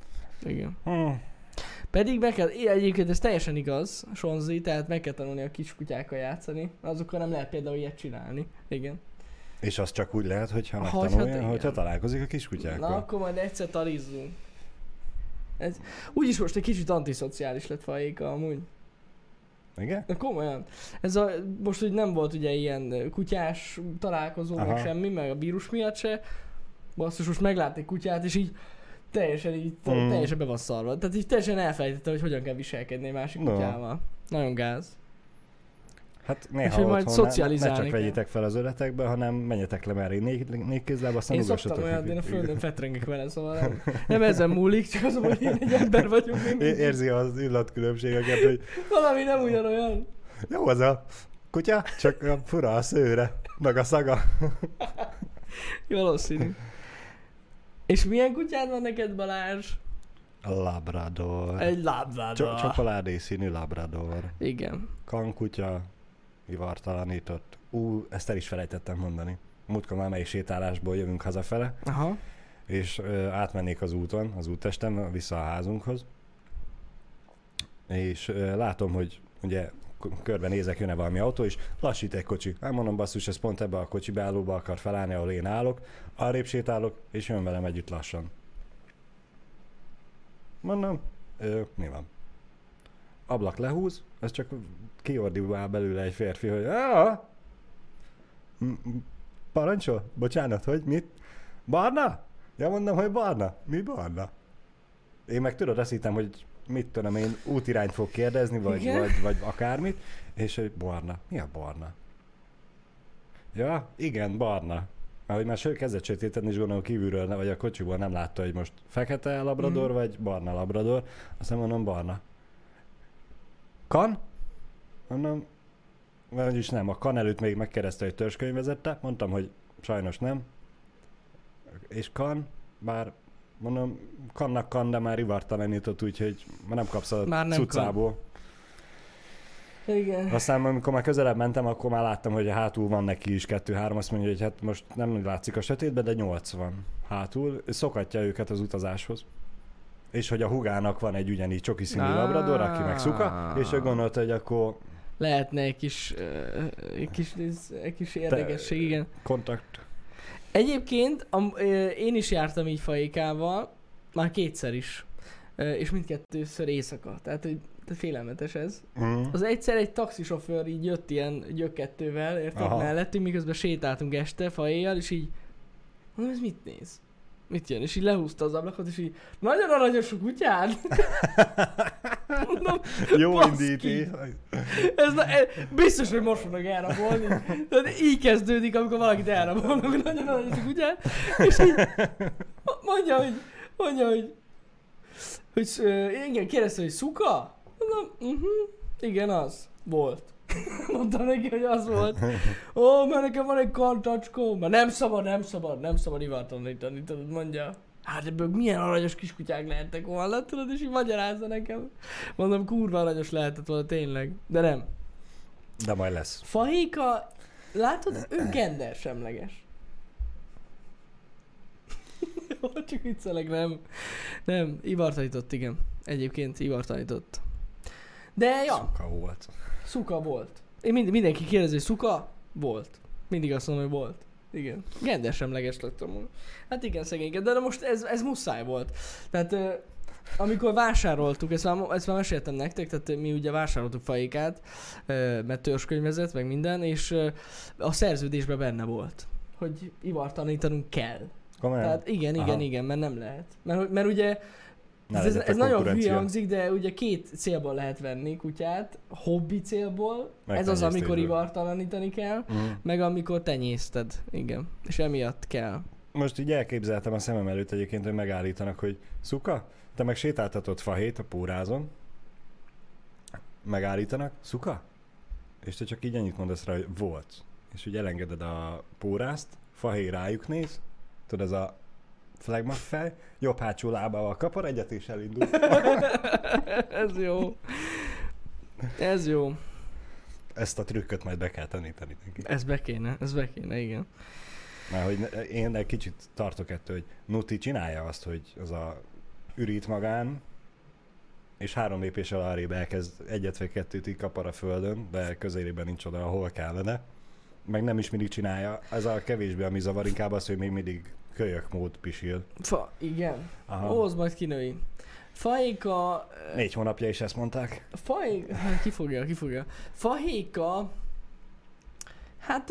Pedig meg kell, egyébként ez teljesen igaz, Sonzi, tehát meg kell tanulni a kis kutyákkal játszani. Azokkal nem lehet például ilyet csinálni. Igen. És az csak úgy lehet, hogyha megtanulja, hogyha találkozik a kiskutyákkal. Na, akkor majd egyszer talizzunk. Úgyis most egy kicsit antiszociális lett Fajéka amúgy. Igen? De komolyan. Most, hogy nem volt ugye ilyen kutyás találkozó, meg semmi, meg a vírus miatt se. Basszus, most meglát egy kutyát, és így teljesen be van szarva. Tehát így teljesen elfelejtette, hogy hogyan kell viselkedni egy másik kutyával. Nagyon gáz. Hát néha majd otthon ne csak kell. vegyétek fel az öletekbe, hanem menjetek le már négy kézlába, aztán én szoktam olyan, én a földön fetrengek vele, szóval nem ezen múlik, csak azon, hogy én egy ember vagyok. Érzi az illatkülönbségeket, hogy valami nem ugyanolyan. Jó az a kutya, csak fura a szőre, meg a szaga. Valószínű. És milyen kutyád van neked, Balázs? Labrador. Egy labrador. Csokoládé színű labrador. Igen. Kankutya, ivartalanított. Ezt el is felejtettem mondani. Múltkor már melyik sétálásból jövünk hazafele. Aha. És átmennék az úton, az úttesten, vissza a házunkhoz. És látom, hogy ugye körbenézek, jön-e valami autó, és lassít egy kocsi. Hát mondom, basszus, ez pont ebbe a kocsi beállóba akar felállni, ahol én állok. Arrébb sétálok, és jön velem együtt lassan. Mondom, mi van? Ablak lehúz, ez csak kiordívál belőle egy férfi, hogy parancsol? Bocsánat, hogy mit? Barna? Ja, mondom, hogy barna. Mi barna? Én meg tudod, azt hittem, hogy mit tudom én, útirányt fog kérdezni, vagy akármit, és hogy barna. Mi a barna? Ja, igen, barna. Ahogy már kezdett sötétedni, és gondolom kívülről, vagy a kocsiból nem látta, hogy most fekete labrador, vagy barna labrador. Aztán mondom, barna. Kan? Mondom, vagyis nem. A kan előtt még megkérdezte, hogy törzskönyv vezette. Mondtam, hogy sajnos nem. És kan, bár mondom, kannak kan, de már ivartalanított, úgyhogy már nem kapsz a cuccából. Igen. Aztán amikor már közelebb mentem, akkor már láttam, hogy hátul van neki is 2-3, azt mondja, hogy hát most nem látszik a sötétben, de 8 van hátul. Szokatja őket az utazáshoz. És hogy a hugának van egy ugyanígy csoki színű labrador, aki meg szuka, és ő gondolta, hogy akkor... Lehetne egy kis érdekesség, igen. Kontakt. Egyébként én is jártam így Fajékával, már 2-szer is. És mindkettőször éjszaka. Tehát félelmetes ez. Az egyszer egy taxisofőr így jött ilyen gyökkettővel, érted, mellettünk, miközben sétáltunk este Fajéjjal, és így mondom, ez mit néz? Mit jön? És így lehúzta az ablakot, és így nagyon aranyos a kutyád! Mondom, jó indítés. Biztos, hogy most fognak elrabolni. Tehát így kezdődik, amikor valakit elrabolnak, hogy nagyon aranyos a kutyád. És így mondja, hogy igen, kérdezte, hogy szuka? Mondom, igen, az. Volt. Mondtam neki, hogy az volt. Ó, mert nekem van egy kantacskóm. Mert nem szabad ivartalanítani, tudod, mondja. Hát ebből milyen aranyos kiskutyák lehettek volna, tudod, és így magyarázza nekem. Mondom, kurva aranyos lehetett volna tényleg, de nem. De majd lesz. Fahéka, látod, ő gender semleges. Jó, csak viccelek, nem. Nem, ivartanított, igen. Egyébként ivartanított. De ja. Szuka volt. Szuka volt. Én mindenki kérdezi, hogy szuka? Volt. Mindig azt mondom, hogy volt. Igen. Gendersemleges lettem volna. Hát igen, szegényként, de most ez muszáj volt. Tehát amikor vásároltuk, ezt már meséltem nektek, tehát mi ugye vásároltuk fahékát, mert törzskönyvezet, meg minden, és a szerződésben benne volt, hogy ivartalanítanunk kell. Komolyan? Tehát igen, mert nem lehet. Mert ugye ez nagyon hülye hangzik, de ugye két célból lehet venni kutyát. Hobbi célból, ez az, amikor ivartalanítani kell, meg amikor tenyészted. Igen. És emiatt kell. Most így elképzeltem a szemem előtt egyébként, hogy megállítanak, hogy Szuka, te meg sétáltatod fahét a pórázon. Megállítanak, Szuka? És te csak így ennyit mondasz rá, hogy volt. És úgy elengeded a pórázt, fahé rájuk néz, tudod, ez a flagma fej, jobb hátsó lábával kapar egyet és elindul. Ez jó. Ez jó. Ezt a trükköt majd be kell tanítani neki. Ez be kéne, igen. Mert hogy én egy kicsit tartok ettől, hogy Nuti csinálja azt, hogy az a ürít magán, és 3 lépéssel arrébb elkezd egyet vagy kettőt így kapar a földön, de közelében nincs oda, ahol kellene. Meg nem is mindig csinálja. Ez a kevésbé, ami zavar, inkább az, hogy még mindig kölyök mód pisil. Igen. Ahhoz majd kinői. Fahéka... 4 hónapja is ezt mondták. Kifogja. Fahéka... Hát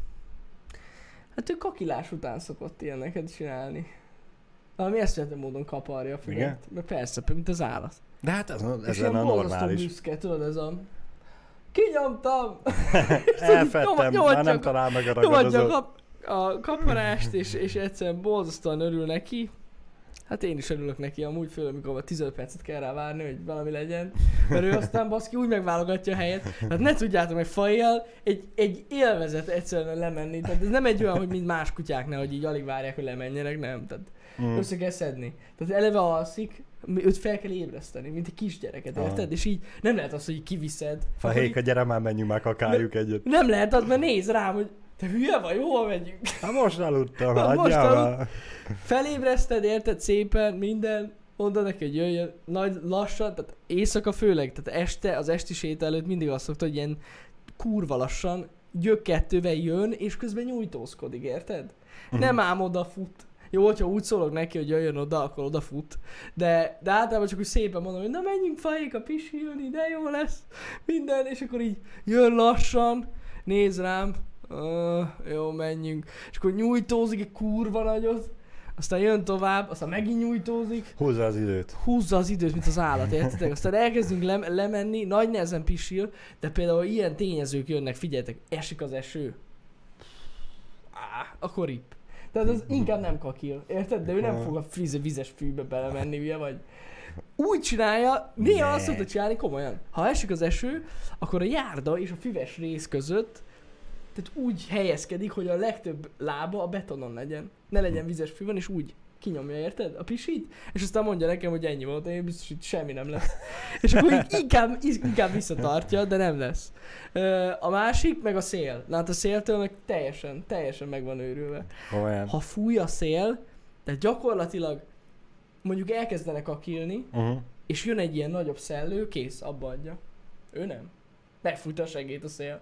ő kakilás után szokott ilyeneket csinálni. Valami eszméletlen módon kaparja a füvet. Persze, mint az állat. De hát ezen a normális. Büszke, tudod, ez a... Kinyomtam! Elfettem, már nem talál meg a ragadozót. A kaparást, és egyszerűen borzasztóan örül neki. Hát én is örülök neki amúgy, főleg amikor 15 percet kell rá várni, hogy valami legyen. Mert ő aztán baszki úgy megválogatja a helyet. Hát ne tudjátok meg, fajjal egy élvezet egyszerűen lemenni. Tehát ez nem egy olyan, hogy mint más kutyáknál, hogy így alig várják, hogy lemenjenek, nem. Tehát össze kell szedni. Tehát eleve alszik, őt fel kell ébreszteni, mint egy kisgyereket, érted? És így nem lehet az, hogy így kiviszed. Fahéka, gyere már, menjünk már, kakáljuk egyet. Nem lehet az, mert néz rám, hogy te hülye vagy, hol megyünk? Hát most aludtam, hagyjál. Felébreszted, érted, szépen, minden, mondod neki, hogy jöjjön, nagy lassan, tehát éjszaka főleg, tehát este, az esti séta előtt mindig azt szokta, hogy ilyen kurva lassan, gyökkettővel jön, és közben nyújtózkodik, érted? Nem ám odafut. Jó, hogyha úgy szólok neki, hogy jöjjön oda, akkor odafut. De általában csak úgy szépen mondom, hogy na menjünk Fahéka pisilni, de jó lesz, minden, és akkor így jön lassan, néz rám, jó, menjünk. És akkor nyújtózik egy kurva nagyot, aztán jön tovább, aztán megint nyújtózik. Húzza az időt, mint az állat, értitek? Aztán elkezdünk lemenni, nagy nehezen pisil, de például ilyen tényezők jönnek, figyeljetek, esik az eső. Akkor rip. Tehát az inkább nem kakil, érted? De ő nem fog a vizes fűbe belemenni, ugye vagy? Úgy csinálja, néha azt szokta csinálni komolyan. Ha esik az eső, akkor a járda és a füves rész között tehát úgy helyezkedik, hogy a legtöbb lába a betonon legyen. Ne legyen vizes fű van, és úgy kinyomja, érted? A pisit, és aztán mondja nekem, hogy ennyi volt, én biztos, hogy semmi nem lesz. És akkor inkább visszatartja, de nem lesz. A másik, meg a szél. Hát a széltől meg teljesen meg van őrülve. Olyan. Ha fúj a szél, tehát gyakorlatilag mondjuk elkezdenek kakilni, és jön egy ilyen nagyobb szellő, kész, abba adja. Ő nem. Megfújta a segét a szél.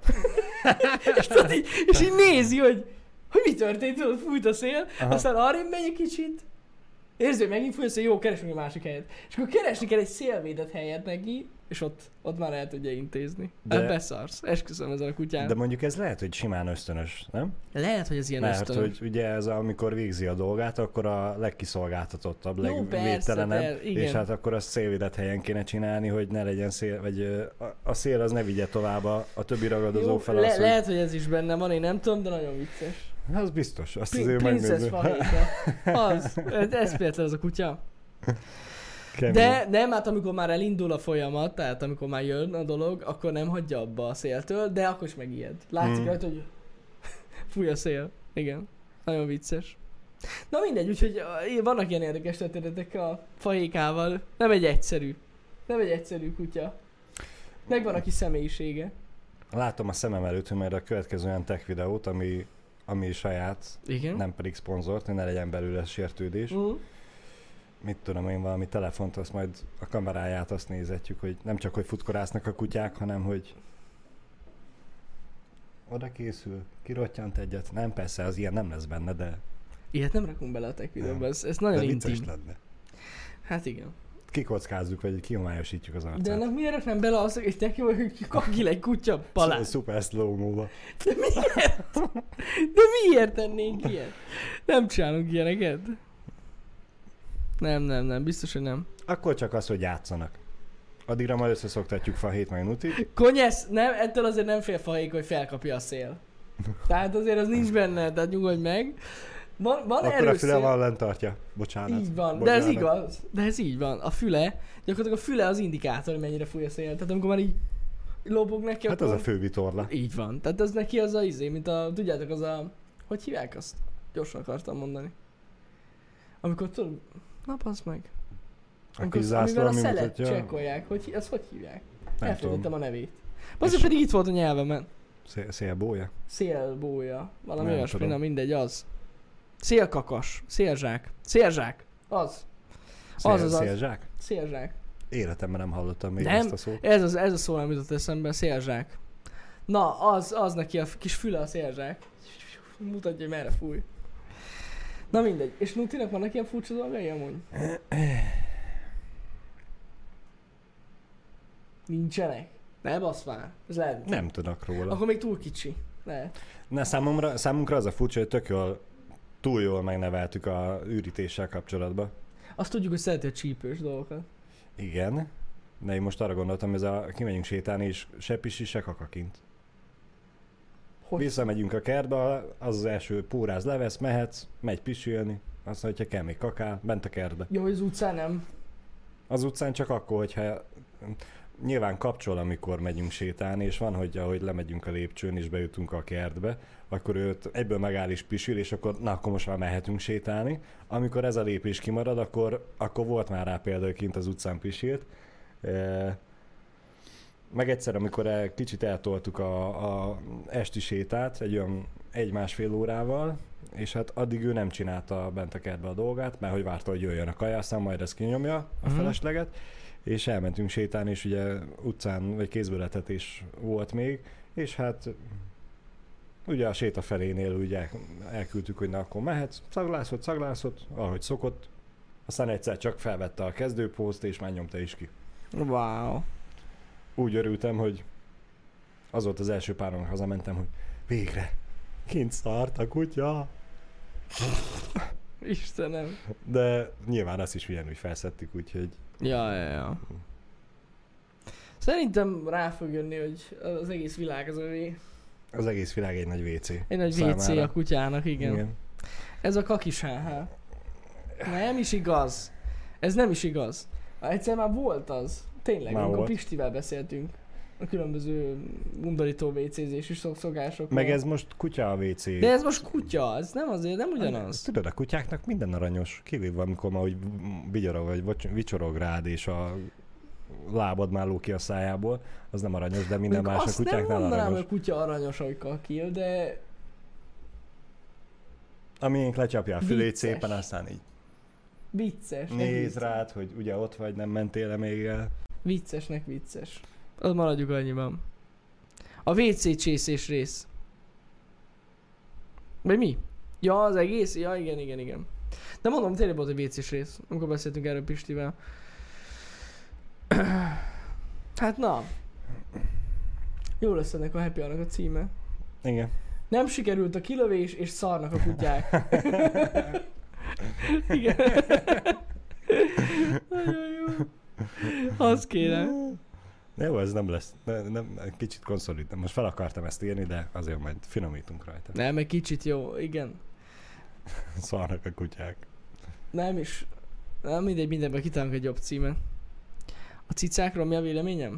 és így nézi, hogy mi történt, tudod, fújt a szél, aztán arrébb megy egy kicsit, érzi, hogy megint fújt a szél, jó, keresünk egy másik helyet. És akkor keresni kell egy szélvédett helyet neki, és ott már el tudja intézni. Hát beszarsz, esküszöm ezen a kutyán. De mondjuk ez lehet, hogy simán ösztönös, nem? Lehet, hogy ez ilyen ösztönös. Mert hogy ugye ez amikor végzi a dolgát, akkor a legkiszolgáltatottabb, legvédtelenebb, és hát akkor azt szélvédett helyen kéne csinálni, hogy ne legyen szél, vagy a szél az ne vigye tovább a többi ragadozó fel. Lehet, hogy ez is benne van, én nem tudom, de nagyon vicces. Az biztos, azt azért megnézzük. Az, eszméletlen az a kutya. Kemény. De nem, hát amikor már elindul a folyamat, tehát amikor már jön a dolog, akkor nem hagyja abba a széltől, de akkor is megijed. Látszik rajta, hogy fúj a szél. Igen. Nagyon vicces. Na mindegy, úgyhogy vannak ilyen érdekes történetek a fahékával. Nem egy egyszerű kutya. Megvan a kis személyisége. Látom a szemem előtt, hogy majd a következő olyan tech videót, ami saját, Igen. nem pedig szponzort, hogy ne legyen belőle sértődés. Mit tudom én, valami telefont, azt majd a kameráját azt nézetjük, hogy nem csak, hogy futkorásznak a kutyák, hanem, hogy oda készül, kirottyant egyet. Nem, persze, az ilyen nem lesz benne, de... Ilyet nem rakunk bele a tech videóba, ez nagyon de intim. vicces lenne. Hát igen. Kikockázzuk, vagy kihomályosítjuk az arcát. De ennek miért raknám bele azt, hogy tök jó, hogy kakil egy kutya palát? Szuper slow-mo-ba. De miért? De miért tennénk ilyet? Nem csinálunk ilyeneket. Nem, biztos, hogy nem. Akkor csak az, hogy játszanak. Addigra majd összeszoktatjuk Fahét meg Nutit. Konyesz, nem, ettől azért nem fél fahék, hogy felkapja a szél. Tehát azért az nincs benne, tehát nyugodj meg. Van Akkor erős a füle szél. van lent tartja. Bocsánat. Így van, Bocsánat. de ez igaz. De ez így van. A füle, gyakorlatilag a füle az indikátor, hogy mennyire fúj a szél. Tehát amikor már így lóbog neki, Hát akkor... az a fő vitorla. Így van. Tehát az neki az a mint a, tudjátok, az a... Hogy hívják azt? Gyorsan akartam mondani. Amikor tudod... Na, bassz meg. A kis zászló, amivel a ami szelet mutatja. csekkolják. Azt hogy hívják? Nem Elfelejtettem tudom. a nevét. Azért pedig itt volt a nyelvemen. Szélbója? Szélbója. Valami Nem olyasmi, tudom. na mindegy, az. Szélkakas. Szélzsák. Szélzsák. Az. Az. Szélzsák? Szélzsák. Életemben nem hallottam még Nem, ezt a szót. ez a szó nem jutott eszembe, szélzsák. Na, az neki a kis füle a szélzsák. Mutatja, hogy merre fúj. Na mindegy. És Nutinak vannak ilyen furcsa dolgai amúgy? Nincsenek? Ne basz már. Ez lehet. Nem tudok róla. Akkor még túl kicsi. Lehet. Ne, számunkra az a furcsa, hogy túl jól megneveltük a ürítéssel kapcsolatban. Azt tudjuk, hogy szereti a csípős dolgokat. Igen, de én most arra gondoltam, hogy kimegyünk sétálni, és se pisi, se kakakint. Hogy? Visszamegyünk a kertbe, az első póráz levesz, mehetsz, megy pisilni, aztán, hogyha kell még kakál, bent a kertbe. Jó, hogy az utcán nem. Az utcán csak akkor, hogyha nyilván kapcsol, amikor megyünk sétálni, és van, hogy ahogy lemegyünk a lépcsőn és bejutunk a kertbe, akkor őt egyből megáll és pisil, és akkor most már mehetünk sétálni. Amikor ez a lépés kimarad, akkor volt már rá példa, hogy kint az utcán pisilt. Meg egyszer, amikor kicsit eltoltuk a esti sétát, egy olyan 1-1,5 órával, és hát addig ő nem csinálta bent a kertbe a dolgát, mert hogy várta, hogy jöjjön a kaja, aztán majd ez kinyomja a felesleget, és elmentünk sétálni, és ugye utcán vagy kézből-etetés volt még, és hát ugye a séta felénél ugye elküldtük, hogy na akkor mehetsz, szaglászott, ahogy szokott, aztán egyszer csak felvette a kezdőpózt, és már nyomta is ki. Wow. Úgy örültem, hogy az volt az első páron, hazamentem, hogy végre, kint szart a kutya. Istenem. De nyilván azt is ugyanúgy felszedtük, úgyhogy... Ja. Szerintem rá fog jönni, hogy az egész világ az övé. Az egész világ egy nagy WC. Egy nagy számára. WC a kutyának, igen. Igen. Ez a kakis HH. Nem is igaz. Ez nem is igaz. Egyszer már volt az. Tényleg, Már amikor volt. Pistivel beszéltünk. A különböző undorító WC-zési szokásokról. Meg ez most kutya a WC. De ez most kutya, ez nem azért, nem ugyanaz. Tudod, a kutyáknak minden aranyos, kivéve amikor már úgy vigyorog, vagy vicsorog rád, és a lábad már ló ki a szájából, az nem aranyos, de minden Mondjuk más a azt nem kutyáknál mondanám, aranyos. hogy a kutya aranyos, hogy kakil, de Amiénk lecsapja a fülét Vicces. szépen, aztán így viccesnek néz vicces. rád, hogy ugye ott vagy, nem mentél -e még el. Viccesnek vicces. Az maradjuk annyiban. A WC csészés rész. Vagy mi? Ja, az egész? Ja, igen. De mondom, tényleg volt egy WC-s rész, amikor beszéltünk erről Pistivel. Hát na. Jó lesz ennek a Happy Hour-nak a címe. Igen. Nem sikerült a kilövés, és szarnak a kutyák. Igen. Nagyon jó. Az kéne. Jó, ez nem lesz. Nem, kicsit konszolidálom. Most fel akartam ezt írni, de azért majd finomítunk rajta. Nem, egy kicsit jó, igen. Szarnak a kutyák. Nem is. Nem mindegy, mindenben kitalálunk egy jobb címet. A cicákról mi a véleményem?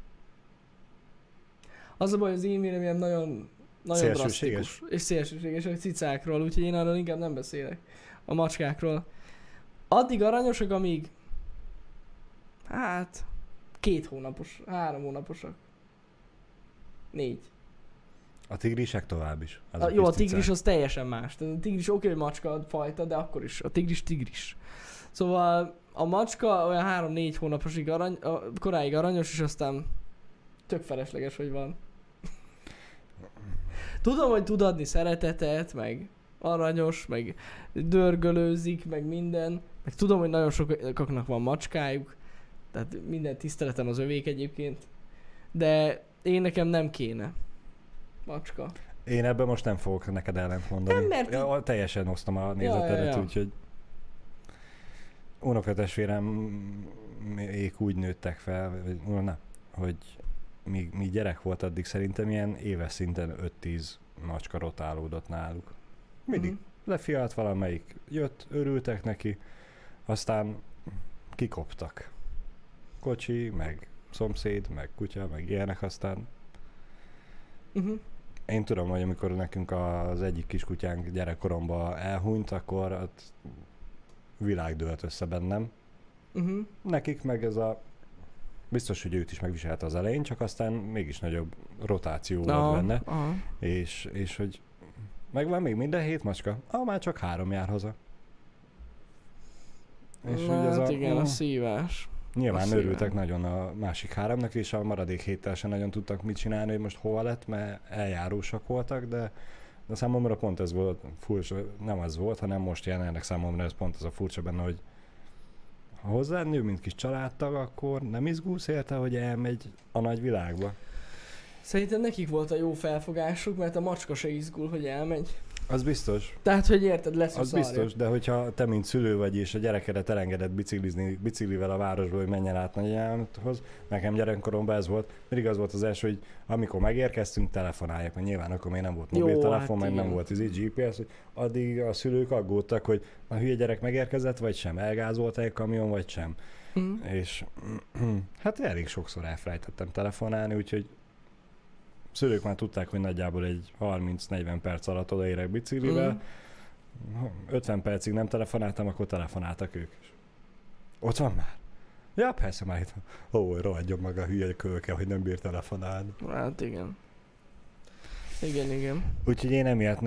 Az a baj, az én véleményem nagyon drasztikus. És szélsőséges a cicákról, úgyhogy én arról inkább nem beszélek. A macskákról. Addig aranyosak, amíg... Hát... 2 hónapos, 3 hónaposak. 4. A tigrisek tovább is. Jó, a tigris az teljesen más. Tehát a tigris oké, hogy macska fajta, de akkor is. A tigris. Szóval a macska olyan 3-4 hónaposig koráig aranyos, és aztán tök felesleges, hogy van. Tudom, hogy tud adni szeretetet, meg aranyos, meg dörgölőzik, meg minden. Meg tudom, hogy nagyon sokaknak van macskájuk. Tehát minden tiszteletem az övék egyébként. De én nekem nem kéne macska. Én ebben most nem fogok neked ellent mondani. Nem, mert... Ja, teljesen osztom a nézetedet, ja. Úgyhogy unokatestvérem úgy nőttek fel, hogy míg gyerek volt, addig szerintem ilyen éves szinten 5-10 macska rotálódott náluk. Mindig lefialt valamelyik, jött, örültek neki, aztán kikoptak. Kocsi, meg szomszéd, meg kutya, meg ilyenek, aztán én tudom, hogy amikor nekünk az egyik kiskutyánk gyerekkoromban elhunyt, akkor ott világ dőlt össze bennem. Nekik meg ez a... Biztos, hogy őt is megviselte az elején, csak aztán mégis nagyobb rotáció volt benne. És hogy megvan még minden 7 macska? Már csak 3 jár haza. És hát igen, a szívás. Nyilván örültek nagyon a másik 3-nak, és a maradék 7-tel sem nagyon tudtak mit csinálni, hogy most hova lett, mert eljárósak voltak, de számomra pont ez volt furcsa, nem az volt, hanem most jelenleg számomra ez pont az a furcsa benne, hogy ha hozzád nő, mint kis családtag, akkor nem izgulsz érte, hogy elmegy a nagy világba? Szerintem nekik volt a jó felfogásuk, mert a macska se izgul, hogy elmegy. Az biztos. Tehát, hogy érted, lesz az biztos, de hogyha te, mint szülő vagy, és a gyerekedet elengedett biciklivel a városból, hogy menjen át nagyjához, nekem gyerekkoromban ez volt, mindig az volt az első, hogy amikor megérkeztünk, telefonáljak, mert nyilván akkor még nem volt mobiltelefon, meg nem volt GPS, hogy addig a szülők aggódtak, hogy a hülye gyerek megérkezett, vagy sem, elgázolt egy kamion, vagy sem. És hát elég sokszor elfelejtettem telefonálni, úgyhogy szülők már tudták, hogy nagyjából egy 30-40 perc alatt odaérek biciklivel. 50 percig nem telefonáltam, akkor telefonáltak ők is. Ott van már? Ja, persze már itt van. Rohadjon maga a hülye kölke, hogy nem bír telefonálni. Hát igen. Igen. Úgyhogy én emiatt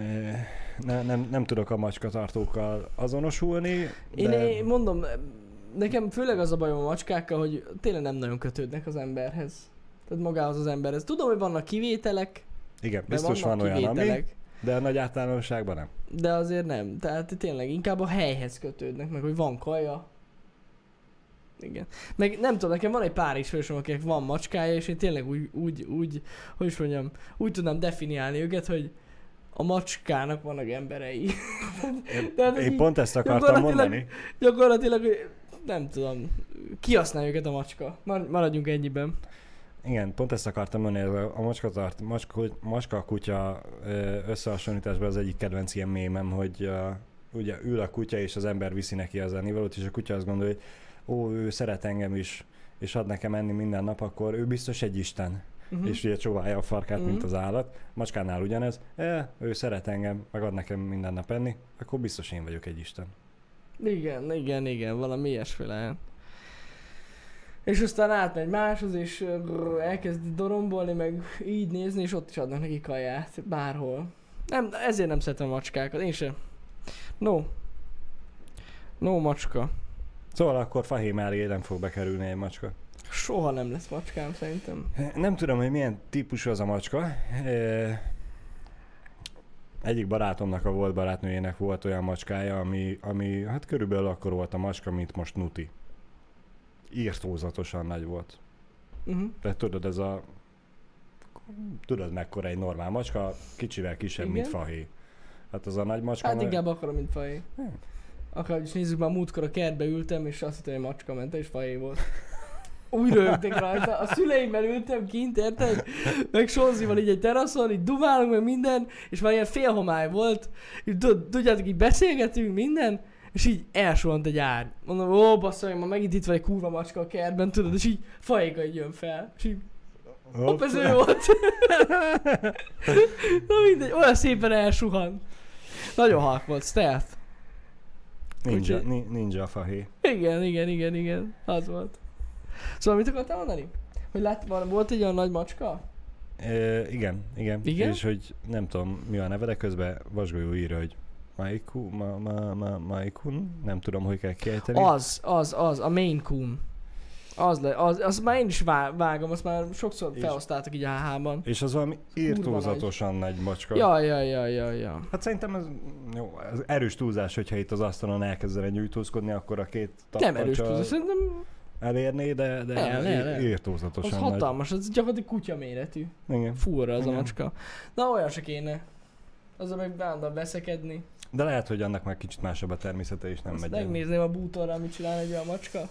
nem tudok a macskatartókkal azonosulni. Én mondom, nekem főleg az a bajom a macskákkal, hogy tényleg nem nagyon kötődnek az emberhez. Tehát magához az emberhez. Tudom, hogy vannak kivételek. Igen, biztos van olyan, ami, de a nagy általánosságban nem. De azért nem. Tehát tényleg inkább a helyhez kötődnek, meg hogy van kaja. Igen. Meg nem tudom, nekem van egy pár ismerősöm, akinek van macskája, és én tényleg úgy, hogy is mondjam, úgy tudnám definiálni őket, hogy a macskának vannak emberei. Én pont ezt akartam mondani. Gyakorlatilag, nem tudom, kihasználja őket a macska. Maradjunk ennyiben. Igen, pont ezt akartam mondani, a macska-kutya összehasonlításban az egyik kedvenc ilyen mémem, hogy ugye ül a kutya, és az ember viszi neki az ennivalót, és a kutya azt gondolja, hogy ő szeret engem is, és ad nekem enni minden nap, akkor ő biztos egy isten. És ugye csóválja a farkát, mint az állat. Macskánál ugyanez, ő szeret engem, meg ad nekem minden nap enni, akkor biztos én vagyok egy isten. Igen, valami ilyesmi lehet. És aztán átmegy máshoz, és elkezd dorombolni, meg így nézni, és ott is adnak neki kaját, bárhol. Nem, ezért nem szeretem a macskákat, én sem. No macska. Szóval akkor fahém elé nem fog bekerülni egy macska. Soha nem lesz macskám szerintem. Nem tudom, hogy milyen típusú az a macska. Egyik barátomnak, a volt barátnőjének volt olyan macskája, ami hát körülbelül akkor volt a macska, mint most Nuti. Írtózatosan nagy volt. Tehát tudod, ez a... Tudod, mekkora egy normál macska, kicsivel kisebb, igen? Mint fahéj. Hát az a nagy macska... Hát inkább akkora, mint fahéj. Akár is nézzük, már múltkor a kertbe ültem, és azt hittem, hogy macska ment, és fahéj volt. Úgy röhögtek rajta. A szüleimmel ültem kint, érted? Meg Sonzival így egy teraszon, így dumálunk meg minden, és már ilyen félhomály volt. Tudjátok, így beszélgetünk minden, és így elsuhant egy árny. Mondom, ó, bassza meg, ma megint itt van egy kurva macska a kertben, tudod, és így fajéka így jön fel. És így, hopp, ez ő volt. Na mindegy, olyan szépen elsuhant. Nagyon halk volt, stealth. Ninja a fahé. Igen, az volt. Szóval mit akartál mondani? Hogy volt egy olyan nagy macska? Igen. És hogy nem tudom, mi a neve, de közben Vasgolyó írja, hogy Maikun, nem tudom, hogy kell kiejteni. Az, a Maine Coon. Az már én is vágom, azt már sokszor felosztáltak így AH-ban. És az valami írtózatosan nagy macska. Ja. Hát szerintem ez erős túlzás, hogyha itt az asztalon elkezdene nyújtózkodni, akkor a két tappacsa... Nem erős túlzás, szerintem... elérné, de írtózatosan az nagy. Hatalmas, az gyakorlatilag kutya méretű. Igen. Fúrra az a macska. Na olyan se kéne. Azzal meg bánda veszekedni. De lehet, hogy annak már kicsit másabb a természete is nem azt megy. megnézném a bútorral, mit csinál egy olyan macska.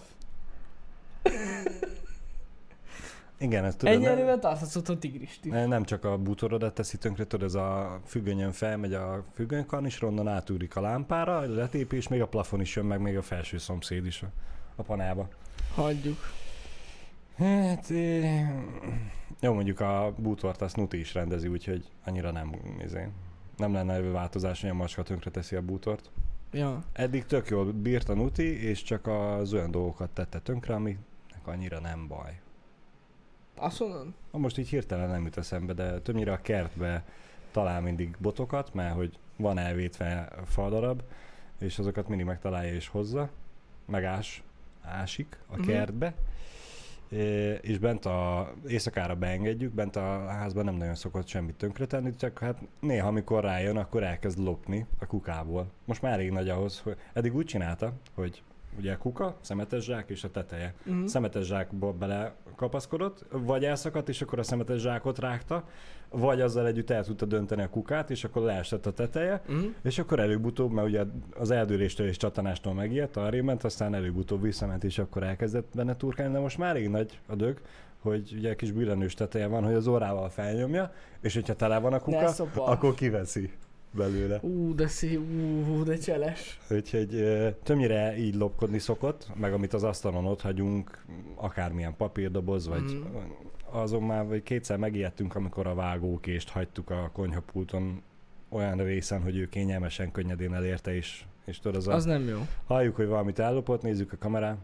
Igen, ezt tudod. Ennyi erővel tarthatsz ott a tigrist is. Nem csak a bútorodat teszi tönkre, tudod, ez a függönyön felmegy a függönykarnis, onnan átúrik a lámpára, a letépés, még a plafon is jön, meg még a felső szomszéd is a panába. Hagyjuk. Hát, jó, mondjuk a bútort azt Nuti is rendezi, úgyhogy annyira nem lenne változás, hogy a macska tönkre teszi a bútort. Ja. Eddig tök jól bírt a Nuti, és csak az olyan dolgokat tette tönkre, aminek annyira nem baj. Azt mondod? Most így hirtelen nem jut eszembe, de többnyire a kertbe talál mindig botokat, mert hogy van elvétve faldarab, és azokat mindig megtalálja és hozza, meg ásik a kertbe, és bent éjszakára beengedjük, bent a házban nem nagyon szokott semmit tönkretenni, csak hát néha, amikor rájön, akkor elkezd lopni a kukából. Most már elég nagy ahhoz, hogy eddig úgy csinálta, hogy ugye a kuka, szemetes zsák és a teteje. Szemetes zsákba belekapaszkodott, vagy elszakadt, és akkor a szemetes zsákot rágta, vagy azzal együtt el tudta dönteni a kukát, és akkor leesett a teteje, és akkor előbb-utóbb, mert ugye az eldőléstől és csatanástól megijedt, arrébb ment, aztán előbb-utóbb visszament, és akkor elkezdett benne turkálni, de most már elég nagy a dög, hogy ugye kis billenős teteje van, hogy az órával felnyomja, és hogyha tele van a kuka, akkor kiveszi belőle. De szép, de cseles. Úgyhogy többnyire így lopkodni szokott, meg amit az asztalon ott hagyunk, akármilyen papírdoboz, vagy azon már vagy kétszer megijedtünk, amikor a vágókést hagytuk a konyhapulton olyan részen, hogy ő kényelmesen, könnyedén elérte, és tudod, az nem jó. Halljuk, hogy valamit ellopott, nézzük a kamerán.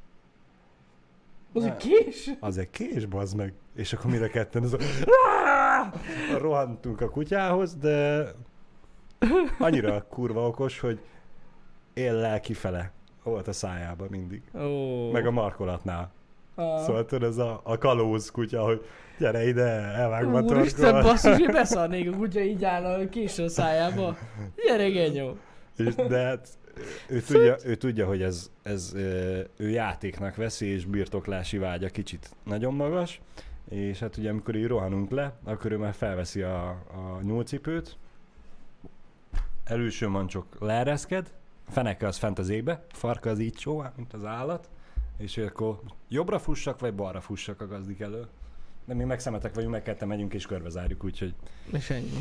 Az egy kés? Az egy kés, bazd meg. És akkor mind a ketten rohantunk a kutyához, de annyira kurva okos, hogy éllel kifele volt a szájában mindig. Meg a markolatnál. Szóval tudod, ez a kalóz kutya, hogy gyere ide, elvágom a torkot. Úristen, basszus, én beszarnék, a kutya így áll a késő a szájába. Gyere, genyó. De hát ő tudja, hogy ez ő játéknak veszi, és birtoklási vágya kicsit nagyon magas, és hát ugye amikor így rohanunk le, akkor ő már felveszi a nyúlcipőt, előső mancsok leereszked, feneke az fent az égbe, farka az így csóvá, mint az állat, és akkor jobbra fussak, vagy balra fussak a gazdik elől. De mi meg szemetek vagyunk, meg ketten megyünk és körbezárjuk, úgyhogy... És ennyi.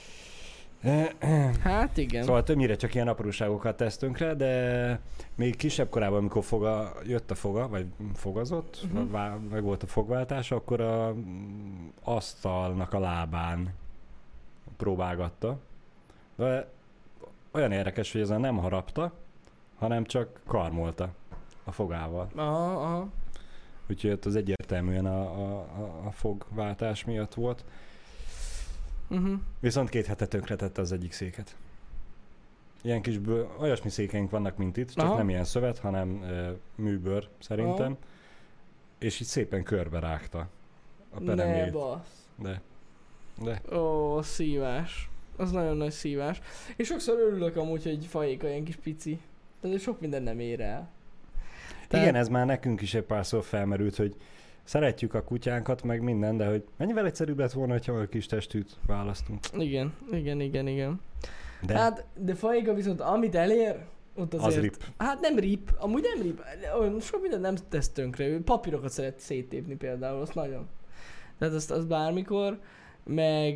Hát igen. Szóval többnyire csak ilyen apróságokat tesz tönkre, de még kisebb korában, amikor jött a foga, vagy fogazott, meg volt a fogváltás, akkor a asztalnak a lábán próbálgatta. De olyan érdekes, hogy ezen nem harapta, hanem csak karmolta a fogával. Aha. Úgyhogy az egyértelműen a fogváltás miatt volt. Viszont 2 hete tönkretette az egyik széket. Ilyen kis olyasmi székeink vannak, mint itt, csak nem ilyen szövet, hanem műbőr szerintem. És így szépen körbe rágta a peremjét. Ne bassz. De. Ó, szívás. Az nagyon nagy szívás. És sokszor örülök amúgy, hogy fajéka ilyen kis pici. De sok minden nem ér el. Igen, ez már nekünk is egy párszor felmerült, hogy szeretjük a kutyánkat, meg minden, de hogy mennyivel egyszerűbb lett volna, hogyha a kis testűt választunk. Igen. De fajéka viszont amit elér, ott azért... Az rip. Hát nem rip, amúgy nem rip. Sok minden nem tesz tönkre. Ő papírokat szeret széttépni például, azt nagyon. Tehát azt bármikor, meg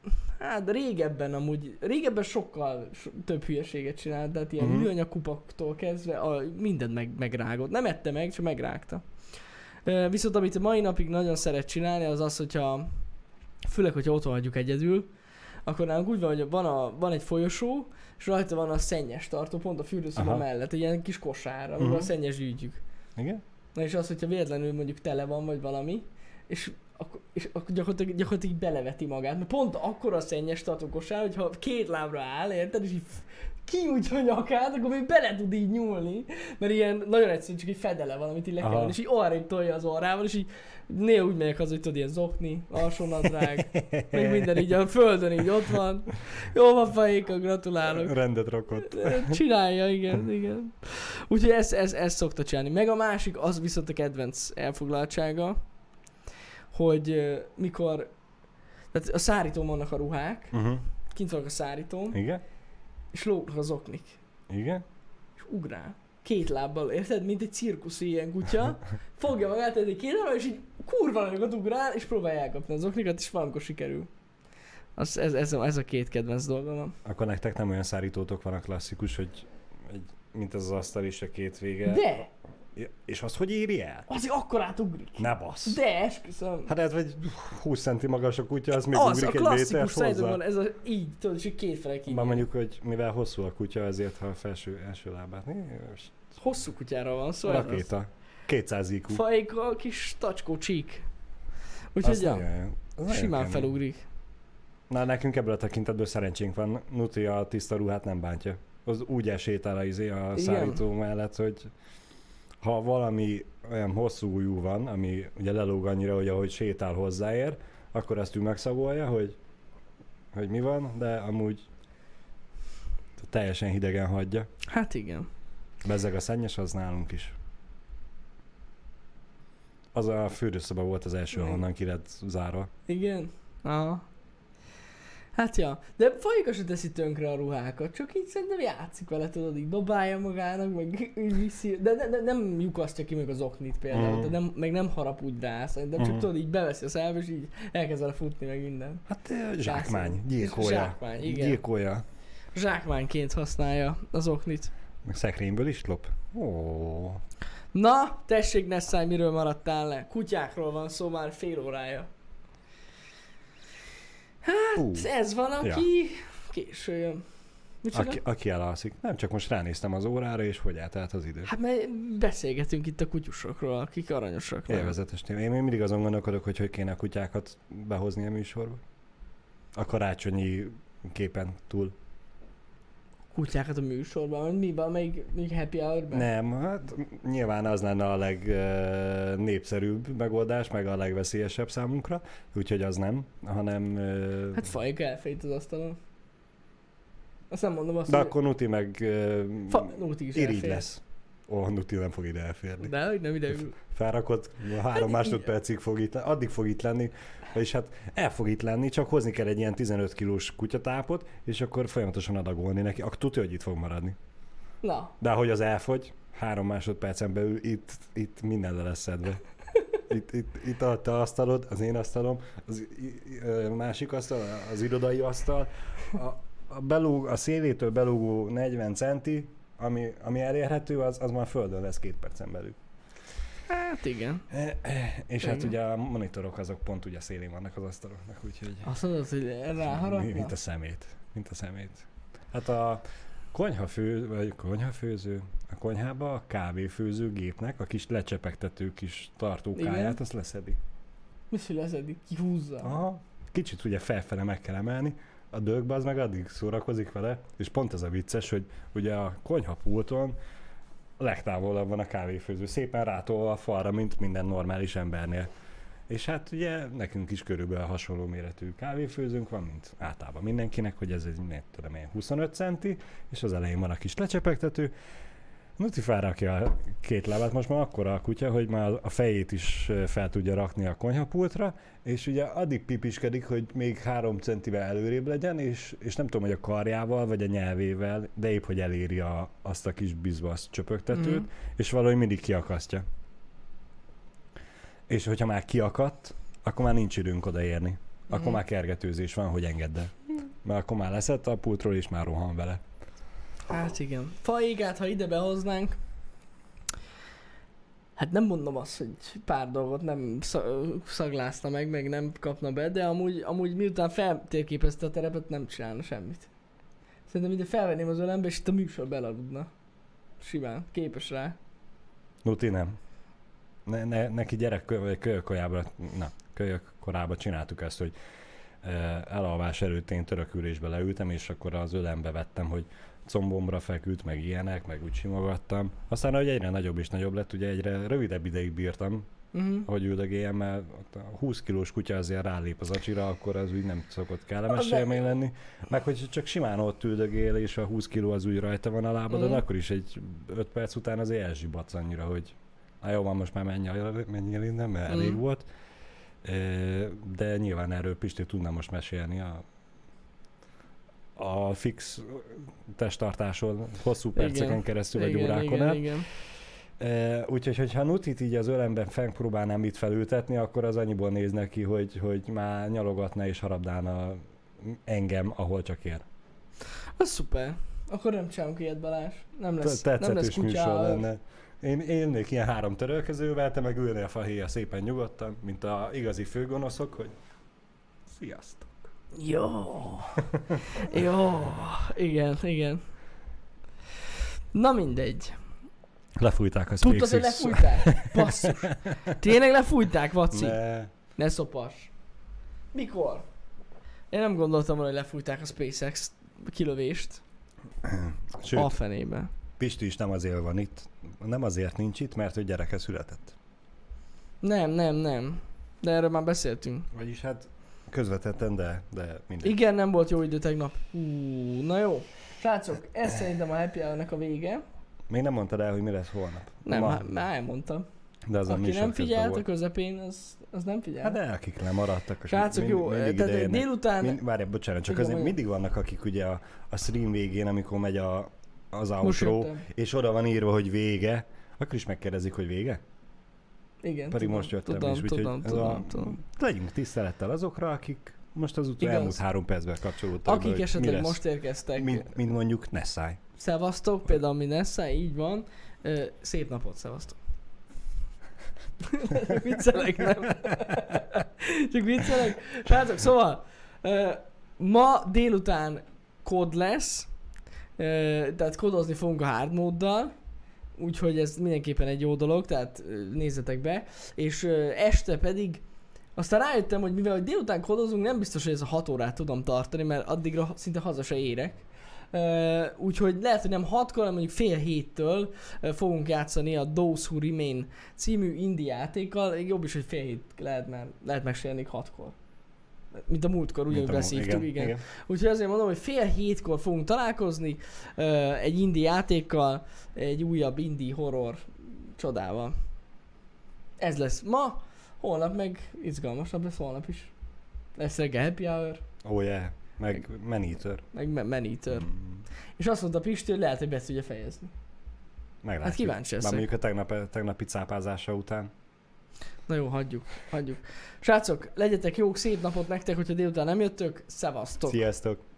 Hát de régebben sokkal több hülyeséget csinált, tehát ilyen műanyag kupaktól kezdve mindent megrágott. Nem ette meg, csak megrágta. Viszont amit a mai napig nagyon szeret csinálni, az az, főleg, hogyha otthon hagyjuk egyedül, akkor nálunk úgy van, hogy van egy folyosó, és rajta van a szennyes tartó, pont a fürdőszoba mellett, egy ilyen kis kosár, amiben a szennyes gyűjtjük. Igen? Na és az, hogyha véletlenül mondjuk tele van, vagy valami, és akkor gyakorlatilag beleveti magát. Mert pont akkor a szennyes tartókosár, hogyha két lábra áll, érted, és így kiújtja a nyakát, akkor még bele tud így nyúlni. Mert ilyen nagyon egyszerű, csak egy fedele van, amit így le kell venni, és így arrébb tolja az orrával, és így néha úgy megyek haza, hogy tudod, ilyen zokni, alsónadrág, még minden így a földön így ott van. Jó van, Faéka, gratulálok. Rendet rakott. Csinálja, igen. Úgyhogy ezt szokta csinálni. Meg a másik, az viszont a kedvenc elfoglaltsága, hogy mikor, tehát a szárítón vannak a ruhák, kint vannak a szárítón, igen, és lógnak az oknik. Igen. És ugrál. Két lábbal, érted? Mint egy cirkuszi ilyen kutya. Fogja magát egy két lábbal, és így kurva nagyokat ugrál, és próbálja elkapni az oknikat, és valamikor sikerül. Ez a két kedvenc dolgom van. Akkor nektek nem olyan szárítótok van a klasszikus, hogy mint ez az asztal is a két vége. De! És azt hogy éri el? Az akkorát ugrik. Ne bassz. De, esküszöm. Hát ez vagy 20 centi magas a kutya, az még az, ugrik egy métert hozzá. Van, ez így, tudod, és kétfele így. Már mondjuk, hogy mivel hosszú a kutya, ezért ha a első lábát. Hosszú kutyára van szó. Szóval rakéta. 200 IQ. Faéka, kis tacskó csík. Úgyhogy simán felugrik. Na, nekünk ebből a tekintetből szerencsénk van. Nuti a tiszta ruhát nem bántja. Az úgy elsétál a szárító mellett, hogy ha valami olyan hosszú ujjú van, ami ugye lelóg annyira, hogy ahogy sétál hozzáér, akkor ezt ő megszagolja, hogy mi van, de amúgy teljesen hidegen hagyja. Hát igen. Bezzeg a szennyes, az nálunk is. Az a fürdőszoba volt az első, ahonnan ki lett zárva. Igen? Aha. Hát ja, de Faéka se teszi tönkre a ruhákat, csak így szerintem játszik vele, tudod, így dobálja magának, meg így viszi, de nem lyukasztja ki meg az oknit például, meg nem harap úgy rá, szerintem csak tudod, így beveszi a szájába, és így elkezd vele futni meg minden. Hát zsákmány, gyilkolja. Zsákmány, igen. Gyilkolja. Zsákmányként használja az oknit. Meg szekrényből is lop. Ó. Na, tessék Nessai, miről maradtál le? Kutyákról van szó már fél órája. Hát, ez van, aki késő jön. Aki elalszik. Nem, csak most ránéztem az órára, és hogy eltelt az idő. Hát mert beszélgetünk itt a kutyusokról, akik aranyosak. Élvezetes téma. Én mindig azon gondolkodok, hogy kéne a kutyákat behozni a műsorba. A karácsonyi képen túl. Kutyákat a műsorban? Miben? Még happy hour-ben? Nem, hát nyilván az lenne a legnépszerűbb megoldás, meg a legveszélyesebb számunkra, úgyhogy az nem, hanem... Hát Faéka elfejt az asztalon. Azt nem mondom azt, de akkor Nuti meg Nuti is irigy lesz. Nuti nem fog ide elférni. De hogy nem ide ül. Felrakott, 3 másodpercig fog itt lenni, addig fog itt lenni, vagyis hát el fog itt lenni, csak hozni kell egy ilyen 15 kilós kutyatápot, és akkor folyamatosan adagolni neki, akkor tudja, hogy itt fog maradni. Na. De ahogy az elfogy, 3 másodpercen belül itt minden le lesz szedve. Itt a te asztalod, az én asztalom, az másik asztal, az irodai asztal, a szélétől belúgó 40 centi, ami elérhető, az már földön lesz 2 percen belül. Hát igen. És hát ugye a monitorok azok pont ugye szélén vannak az asztaloknak, úgyhogy... Azt mondod, hogy ráharapna? Mint a szemét. Hát a konyhafőző, a konyhába a kávéfőző gépnek a kis lecsepegtető kis tartókáját, azt leszedi. Mi leszedi? Kihúzza? Aha. Kicsit ugye felfele meg kell emelni, a dögbe az meg addig szórakozik vele, és pont ez a vicces, hogy ugye a konyhapulton legtávolabb van a kávéfőző, szépen rátolva a falra, mint minden normális embernél. És hát ugye nekünk is körülbelül hasonló méretű kávéfőzőnk van, mint általában mindenkinek, hogy ez egy, nem tudom én, 25 centi, és az elején van a kis lecsepegtető. Nuti felrakja a 2 lábát, most már akkora a kutya, hogy már a fejét is fel tudja rakni a konyhapultra, és ugye addig pipiskedik, hogy még 3 centivel előrébb legyen, és nem tudom, hogy a karjával, vagy a nyelvével, de épp, hogy eléri azt a kis bizbasz csöpögtetőt, és valahogy mindig kiakasztja. És hogyha már kiakadt, akkor már nincs időnk odaérni. akkor már kergetőzés van, hogy engedd el. Mert akkor már leszett a pultról, és már rohan vele. Hát igen. Faégát, ha ide behoznánk, hát nem mondom azt, hogy pár dolgot nem szaglázna meg nem kapna be, de amúgy miután feltérképezte a terepet, nem csinálna semmit. Szerintem ide felvenném az ölembe, és itt a műsor belaludna. Simán, képes rá. Nuti nem. Neki kölyök korában csináltuk ezt, hogy elalvás előtt én törökülésbe leültem, és akkor az ölembe vettem, hogy combomra feküdt, meg ilyenek, meg úgy simogattam. Aztán, ahogy egyre nagyobb és nagyobb lett, ugye egyre rövidebb ideig bírtam, hogy üldögéljem, mert a 20 kilós kutya azért rálép az acsira, akkor az úgy nem szokott kellemes élmény lenni. Meg hogy csak simán ott üldögél, és a 20 kiló az úgy rajta van a lábadon, akkor is egy 5 perc után azért elzsibadsz annyira, hogy jó van, most már menjél innen, mert elég volt. De nyilván erről Pisti tudna most mesélni a fix testtartáson hosszú perceken keresztül, vagy órákon át. Úgyhogy, hogyha Nutit így az ölemben próbálnám itt felültetni, akkor az annyiból néz neki, hogy már nyalogatna és harabdálna engem, ahol csak ér. Az szuper. Akkor nem csinálunk ilyet, Balázs. Nem lesz műsor lenne. Én élnék ilyen 3 törölközővel, te meg ülnél a fahéja szépen nyugodtan, mint a igazi főgonoszok, hogy sziasztok. Jó. Jó. Igen. Na mindegy. Lefújták a SpaceX. Tudtad, hogy lefújták? Basszus. Tényleg lefújták, Vaci? Ne szopass. Mikor? Én nem gondoltam volna, hogy lefújták a SpaceX kilövést. Sőt, a fenébe. Pisti is nem azért van itt. Nem azért nincs itt, mert hogy gyereke született. Nem. De erről már beszéltünk. Vagyis hát közvetetten, de mindegy. Igen, nem volt jó idő tegnap. Na jó. Srácok, ez szerintem a happy hour-nek a vége. Még nem mondtad el, hogy mi lesz holnap. Nem, már elmondtam. De az aki nem figyelt a közepén, az nem figyelt. Hát de akik lemaradtak. Srácok, jó, tehát délután... Várj, bocsánat, csak azért mindig vannak, akik ugye a stream végén, amikor megy az outro, és oda van írva, hogy vége, akkor is megkérdezik, hogy vége? Igen, pedig most jöttem tudom. Legyünk tisztelettel azokra, akik most az elmúlt 3 percben kapcsolódtak. Akik esetleg most érkeztek. Mint mondjuk Nessai. Szevasztok, például mi Nessai, így van. Szép napot, szevasztok. Viccelek, nem? Csak viccelek. Srácok, szóval ma délután kód lesz, tehát kódozni fogunk a hard móddal, úgyhogy ez mindenképpen egy jó dolog, tehát nézzetek be, és este pedig aztán rájöttem, hogy mivel hogy délután kódozunk, nem biztos, hogy ez a 6 órát tudom tartani, mert addigra szinte haza se érek. Úgyhogy lehet, hogy nem 6-kor, hanem mondjuk fél 7-től fogunk játszani a Those Who Remain című indie játékkal. Jobb is, hogy fél 7 lehet, mert lehet mesélni 6-kor. Mint a múltkor, ugyanúgy beszívtuk, igen. Úgyhogy azért mondom, hogy fél 7-kor fogunk találkozni egy indie játékkal, egy újabb indie horror csodával. Ez lesz ma, holnap meg izgalmasabb lesz, holnap is. Lesz reggel happy hour. Oh yeah. Meg Man-Eater. Meg Man-Eater. És azt mondta Pisti, hogy lehet, hogy be tudja fejezni. Meglátjuk. Hát kíváncsi leszek. Már mondjuk a tegnapi cápázása után. Na jó, hagyjuk. Srácok, legyetek jók, szép napot nektek, hogyha délután nem jöttök. Szevasztok! Sziasztok!